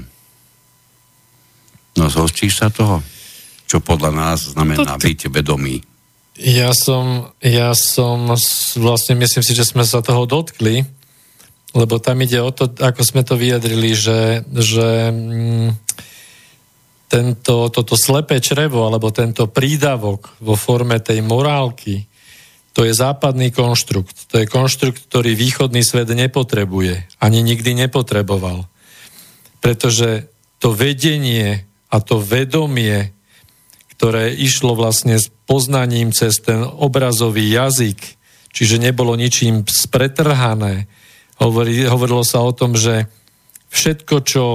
No zhostíš sa toho? Čo podľa nás znamená to, byť vedomý? Ja som, ja som vlastne myslím si, že sme sa toho dotkli, lebo tam ide o to, ako sme to vyjadrili, že, že mm, tento, toto slepé črevo, alebo tento prídavok vo forme tej morálky, to je západný konštrukt. To je konštrukt, ktorý východný svet nepotrebuje. Ani nikdy nepotreboval. Pretože to vedenie a to vedomie, ktoré išlo vlastne s poznaním cez ten obrazový jazyk, čiže nebolo ničím spretrhané. Hovorí, hovorilo sa o tom, že všetko, čo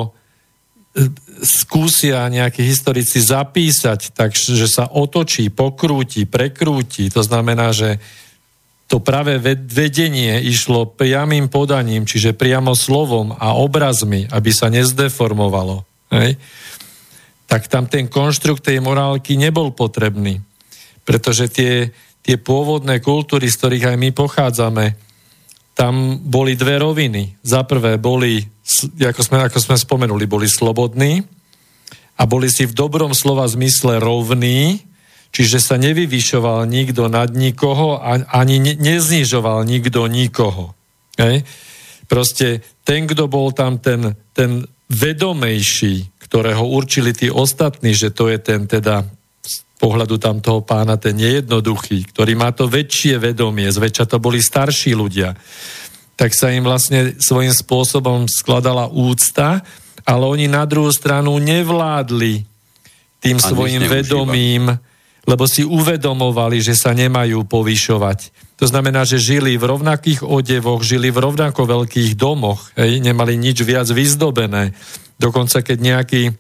skúsia nejakí historici zapísať, takže sa otočí, pokrúti, prekrúti. To znamená, že to práve vedenie išlo priamým podaním, čiže priamo slovom a obrazmi, aby sa nezdeformovalo. Hej? Tak tam ten konštrukt tej morálky nebol potrebný. Pretože tie, tie pôvodné kultúry, z ktorých aj my pochádzame, tam boli dve roviny. Za prvé boli, ako sme, ako sme spomenuli, boli slobodní a boli si v dobrom slova zmysle rovní, čiže sa nevyvyšoval nikto nad nikoho a ani ne, neznižoval nikto nikoho. Hej? Proste ten, kto bol tam ten, ten vedomejší, ktorého určili tí ostatní, že to je ten teda z pohľadu tam toho pána ten nejednoduchý, ktorý má to väčšie vedomie, zväčša to boli starší ľudia, tak sa im vlastne svojím spôsobom skladala úcta, ale oni na druhú stranu nevládli tým svojim vedomím, lebo si uvedomovali, že sa nemajú povyšovať. To znamená, že žili v rovnakých odevoch, žili v rovnako veľkých domoch, hej, nemali nič viac vyzdobené. Dokonca keď nejaký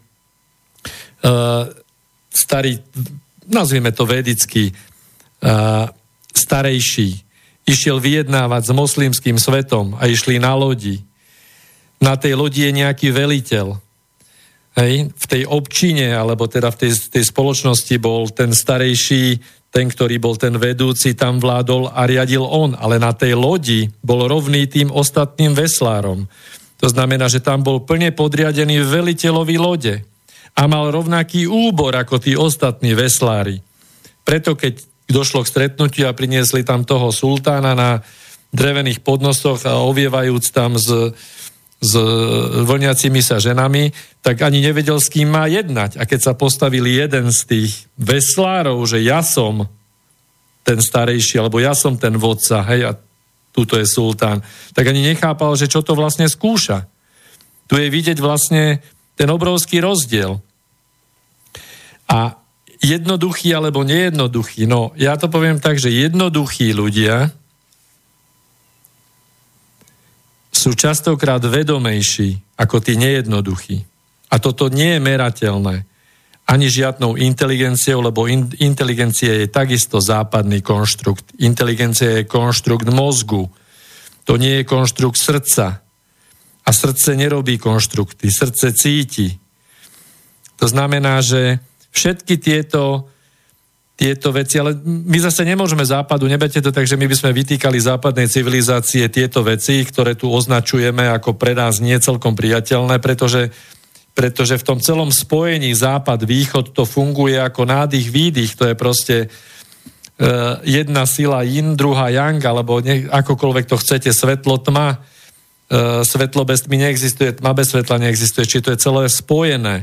uh, starý, nazvime to vedický, uh, starejší, išiel vyjednávať s moslimským svetom a išli na lodi. Na tej lodi je nejaký veliteľ. Hej? V tej občine, alebo teda v tej, tej spoločnosti bol ten starejší, ten, ktorý bol ten vedúci, tam vládol a riadil on. Ale na tej lodi bol rovný tým ostatným veslárom. To znamená, že tam bol plne podriadený veliteľovi lode a mal rovnaký úbor ako tí ostatní veslári. Preto keď došlo k stretnutiu a priniesli tam toho sultána na drevených podnosoch a ovievajúc tam s, s vlniacimi sa ženami, tak ani nevedel, s kým má jednať. A keď sa postavili jeden z tých veslárov, že ja som ten starejší, alebo ja som ten vodca, hej, a tuto je sultán, tak ani nechápal, že čo to vlastne skúša. Tu je vidieť vlastne ten obrovský rozdiel. A jednoduchý alebo nejednoduchý, no ja to poviem tak, že jednoduchí ľudia sú častokrát vedomejší ako tí nejednoduchí. A toto nie je merateľné. ani žiadnou inteligenciou, lebo in, inteligencia je takisto západný konštrukt. Inteligencia je konštrukt mozgu. To nie je konštrukt srdca. A srdce nerobí konštrukty. Srdce cíti. To znamená, že všetky tieto, tieto veci, ale my zase nemôžeme západu, neberte to tak, že my by sme vytýkali západnej civilizácie tieto veci, ktoré tu označujeme ako pre nás nie celkom priateľné, pretože pretože v tom celom spojení západ-východ to funguje ako nádych, výdych, to je proste uh, jedna sila yin, druhá yang, alebo ne, akokoľvek to chcete, svetlo, tma, uh, svetlo bez tmy neexistuje, tma bez svetla neexistuje, čiže to je celé spojené.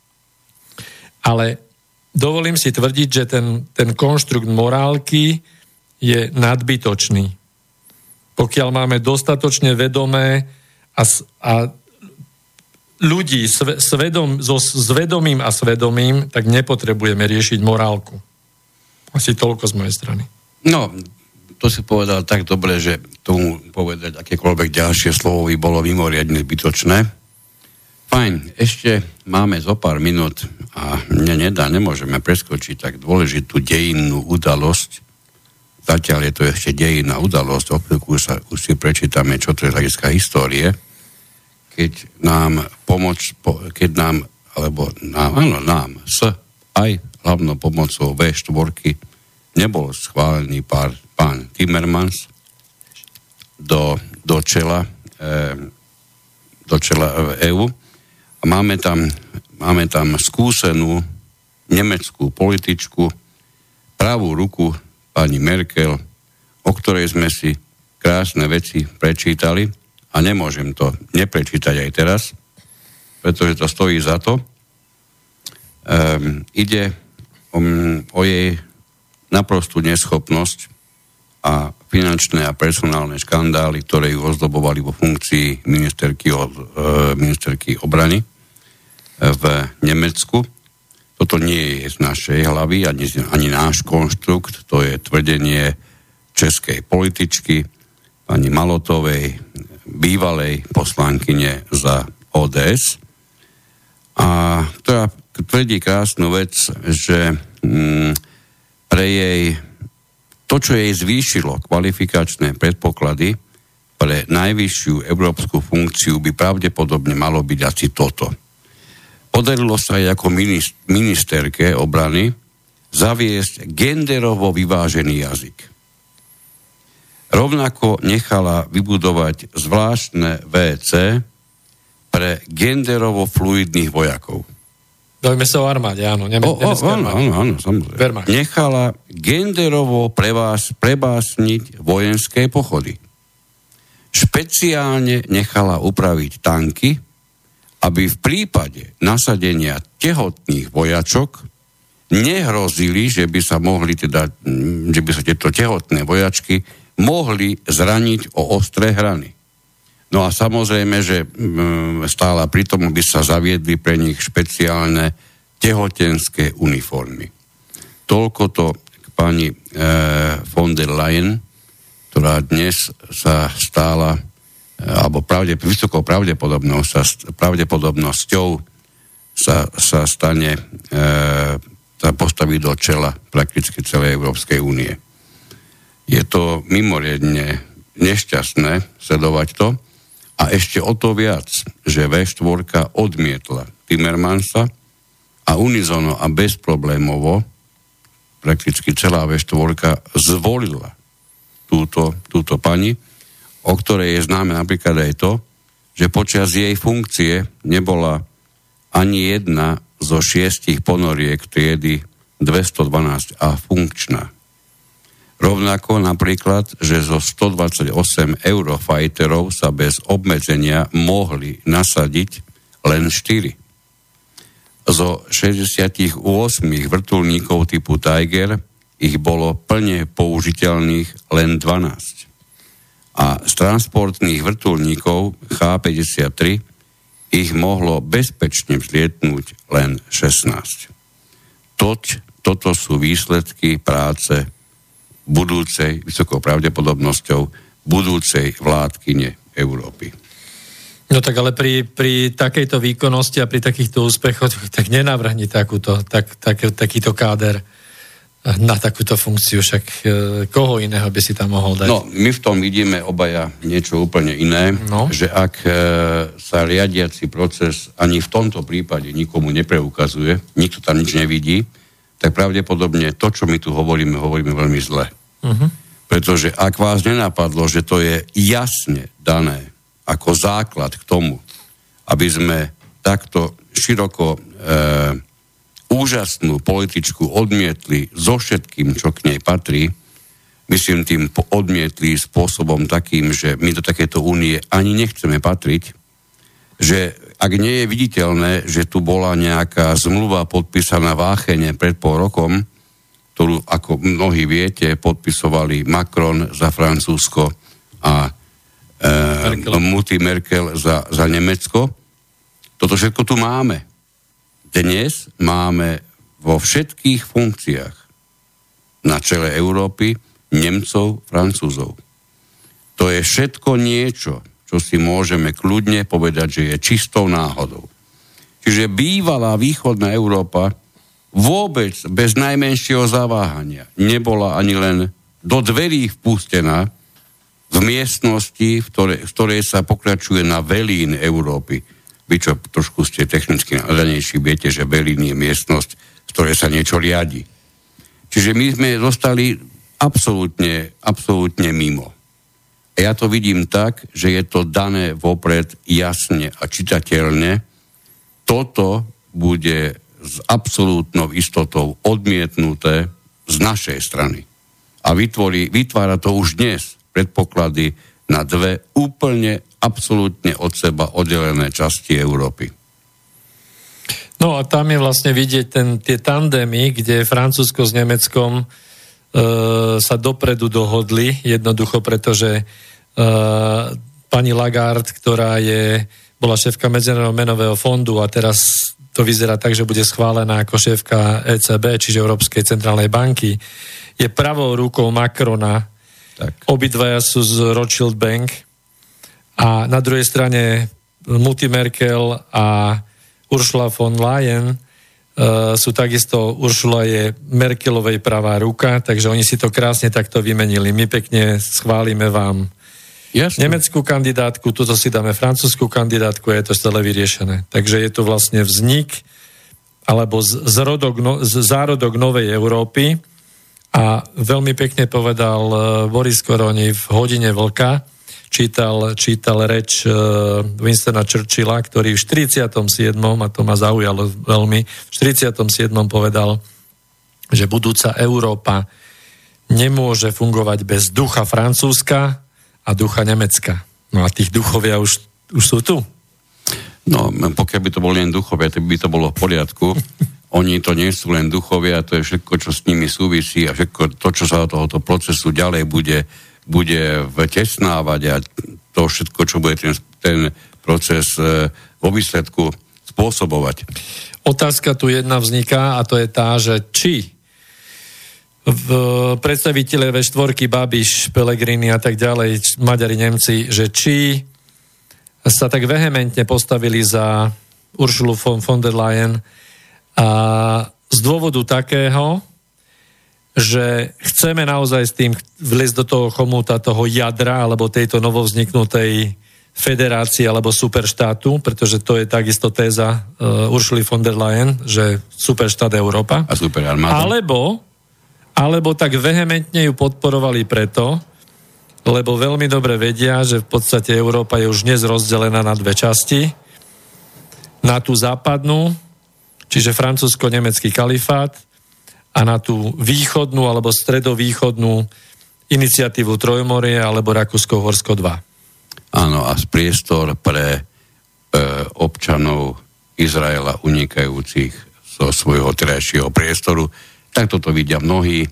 Ale dovolím si tvrdiť, že ten, ten konštrukt morálky je nadbytočný. Pokiaľ máme dostatočne vedomé a, a ľudí svedom, so svedomím a svedomím, tak nepotrebujeme riešiť morálku. Asi toľko z mojej strany. No, to si povedal tak dobre, že tomu povedať akékoľvek ďalšie slovo by bolo mimoriadne zbytočné. Fajn, ešte máme zo pár minút a mne nedá, nemôžeme preskočiť tak dôležitú dejinnú udalosť. Zatiaľ je to ešte dejinná udalosť, o chvíľku sa už si prečítame, čo to je z hľadiska histórie. Keď nám pomoc, keď nám, alebo nám, áno, nám, s aj hlavnou pomocou vé štyri nebol schválený pár, pán Timmermans do, do čela e, do čela é ú. A máme tam, máme tam skúsenú nemeckú političku, pravú ruku pani Merkel, o ktorej sme si krásne veci prečítali. A nemôžem to neprečítať aj teraz, pretože to stojí za to. Um, ide o, o jej naprostú neschopnosť a finančné a personálne škandály, ktoré ju ozdobovali vo funkcii ministerky, uh, ministerky obrany v Nemecku. Toto nie je z našej hlavy, ani, ani náš konštrukt, to je tvrdenie českej političky, pani Malotovej, bývalej poslankyne za ó dé es, a ktorá tvrdí krásnu vec, že mm, pre jej to, čo jej zvýšilo kvalifikačné predpoklady pre najvyššiu európsku funkciu, by pravdepodobne malo byť asi toto. Podarilo sa aj ako ministerke obrany zaviesť genderovo vyvážený jazyk. Rovnako nechala vybudovať zvláštne vé cé pre genderovo fluidných vojakov. Bavíme sa o armáde, áno. Neme, o, o, áno, áno, áno, samozrejme. Wehrmacht. Nechala genderovo prevás, prebásniť vojenské pochody. Špeciálne nechala upraviť tanky, aby v prípade nasadenia tehotných vojačok nehrozili, že by sa mohli teda, že by sa tieto tehotné vojačky mohli zraniť o ostré hrany. No a samozrejme, že stála pri tom, by sa zaviedli pre nich špeciálne tehotenské uniformy. Toľko to k pani e, von der Leyen, ktorá dnes sa stála, alebo pravde, vysokou pravdepodobnosťou sa, pravdepodobnosťou sa, sa stane, e, sa postaví do čela prakticky celej Európskej únie. Je to mimoriadne nešťastné sledovať to a ešte o to viac, že vé štyri odmietla Timmermansa a unizono a bezproblémovo prakticky celá vé štyri zvolila túto, túto pani, o ktorej je známe napríklad aj to, že počas jej funkcie nebola ani jedna zo šiestich ponoriek triedy dvestodvanásť a funkčná. Rovnako napríklad, že zo stodvadsaťosem Eurofighterov sa bez obmedzenia mohli nasadiť len štyri. Zo šesťdesiatosem vrtuľníkov typu Tiger ich bolo plne použiteľných len dvanásť. A z transportných vrtuľníkov há päťdesiattri ich mohlo bezpečne vzlietnúť len šestnásť. Toť, toto sú výsledky práce budúcej, vysokou pravdepodobnosťou, budúcej vládkyne Európy. No tak ale pri, pri takejto výkonnosti a pri takýchto úspechoch tak nenavrhni takúto, tak, tak, takýto káder na takúto funkciu, však koho iného by si tam mohol dať? No, my v tom vidíme obaja niečo úplne iné, no. Že ak e, sa riadiaci proces ani v tomto prípade nikomu nepreukazuje, nikto tam nič nevidí, tak pravdepodobne to, čo my tu hovoríme, hovoríme veľmi zle. Uh-huh. Pretože ak vás nenapadlo, že to je jasne dané ako základ k tomu, aby sme takto široko e, úžasnú političku odmietli so všetkým, čo k nej patrí, myslím tým odmietli spôsobom takým, že my do takéto únie ani nechceme patriť, že ak nie je viditeľné, že tu bola nejaká zmluva podpísaná v Aachene pred pol rokom, ktorú, ako mnohí viete, podpisovali Macron za Francúzsko a e, Mutti Merkel za, za Nemecko, toto všetko tu máme. Dnes máme vo všetkých funkciách na čele Európy Nemcov, Francúzov. To je všetko niečo, čo si môžeme kľudne povedať, že je čistou náhodou. Čiže bývalá východná Európa vôbec bez najmenšieho zaváhania nebola ani len do dverí vpustená v miestnosti, v ktorej, v ktorej sa pokračuje na velín Európy. Vy, čo trošku ste technicky nadanejší, viete, že velín je miestnosť, v ktorej sa niečo riadi. Čiže my sme zostali absolútne, absolútne mimo. A ja to vidím tak, že je to dané vopred jasne a čitateľne. Toto bude s absolútnou istotou odmietnuté z našej strany. A vytvorí, vytvára to už dnes predpoklady na dve úplne absolútne od seba oddelené časti Európy. No a tam je vlastne vidieť ten, tie tandemy, kde Francúzsko s Nemeckom e, sa dopredu dohodli, jednoducho, pretože e, pani Lagarde, ktorá je, bola šéfka Medzinárodného menového fondu a teraz to vyzerá tak, že bude schválená ako šéfka é cé bé, čiže Európskej centrálnej banky, je pravou rukou Macrona. Tak. Obidvaja sú z Rothschild Bank a na druhej strane Mutti Merkel a Ursula von Leyen uh, sú takisto, Ursula je Merkelovej pravá ruka, takže oni si to krásne takto vymenili. My pekne schválime vám Jasne. Nemeckú kandidátku, tuto si dáme francúzsku kandidátku a je to celé vyriešené. Takže je to vlastne vznik alebo zrodok, no, zárodok novej Európy a veľmi pekne povedal Boris Koroni v Hodine vlka, čítal, čítal reč Winstona Churchilla, ktorý v štyridsiatom siedmom, a to ma zaujalo veľmi, v štyridsiatom siedmom povedal, že budúca Európa nemôže fungovať bez ducha Francúzska a ducha Nemecka. No a tých duchovia už, už sú tu. No, pokiaľ by to boli len duchovia, tak by to bolo v poriadku. Oni to nie sú len duchovia, to je všetko, čo s nimi súvisí a všetko to, čo sa do tohoto procesu ďalej bude bude vtesnávať a to všetko, čo bude ten, ten proces e, vo výsledku spôsobovať. Otázka tu jedna vzniká a to je tá, že či v predstaviteľe vé štyri, Babiš, Pellegrini a tak ďalej, Maďari, Nemci, že či sa tak vehementne postavili za Ursulu von der Leyen a z dôvodu takého, že chceme naozaj s tým vliesť do toho chomúta toho jadra alebo tejto novovzniknutej federácie alebo superštátu, pretože to je takisto téza uh, Ursuly von der Leyen, že superštát Európa. A superarmáda. Alebo, alebo tak vehementne ju podporovali preto, lebo veľmi dobre vedia, že v podstate Európa je už dnes rozdelená na dve časti. Na tú západnú, čiže francúzsko-nemecký kalifát, a na tú východnú alebo stredovýchodnú iniciatívu Trojmorie alebo Rakúsko-Uhorsko dva. Áno, a priestor pre e, občanov Izraela unikajúcich zo svojho terajšieho priestoru. Takto to vidia mnohí e,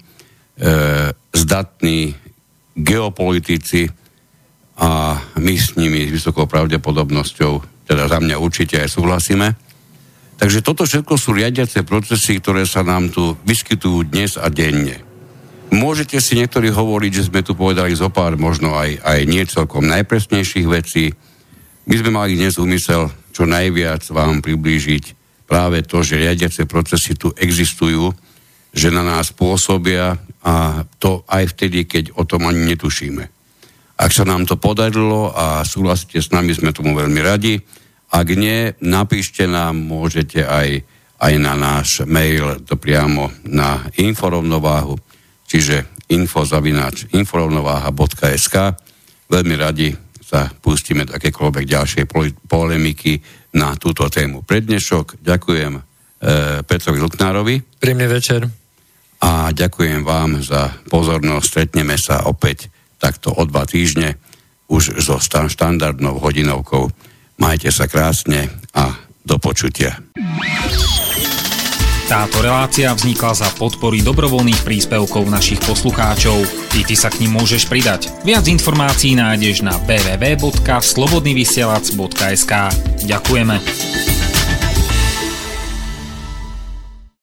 zdatní geopolitici a my s nimi s vysokou pravdepodobnosťou, teda za mňa určite aj súhlasíme. Takže toto všetko sú riadiace procesy, ktoré sa nám tu vyskytujú dnes a denne. Môžete si niektorí hovoriť, že sme tu povedali zo pár možno aj, aj nie celkom najpresnejších vecí. My sme mali dnes úmysel čo najviac vám priblížiť práve to, že riadiace procesy tu existujú, že na nás pôsobia a to aj vtedy, keď o tom ani netušíme. Ak sa nám to podarilo a súhlasíte s nami, sme tomu veľmi radi. Ak nie, napíšte nám, môžete aj, aj na náš mail, to priamo na inforovnováhu, čiže info zavináč inforovnováha bodka es ká. Veľmi radi sa pustíme do akékoľvek ďalšej polemiky na túto tému. Pre dnešok ďakujem e, Petrovi Luknárovi. Príjemný večer. A ďakujem vám za pozornosť. Stretneme sa opäť takto o dva týždne už so štandardnou hodinovkou. Majte sa krásne a do počutia. Táto relácia vznikla za podpory dobrovoľných príspevkov našich poslucháčov. I ty sa k nim môžeš pridať. Viac informácií nájdeš na w w w bodka slobodnyvysielac bodka es ká. Ďakujeme.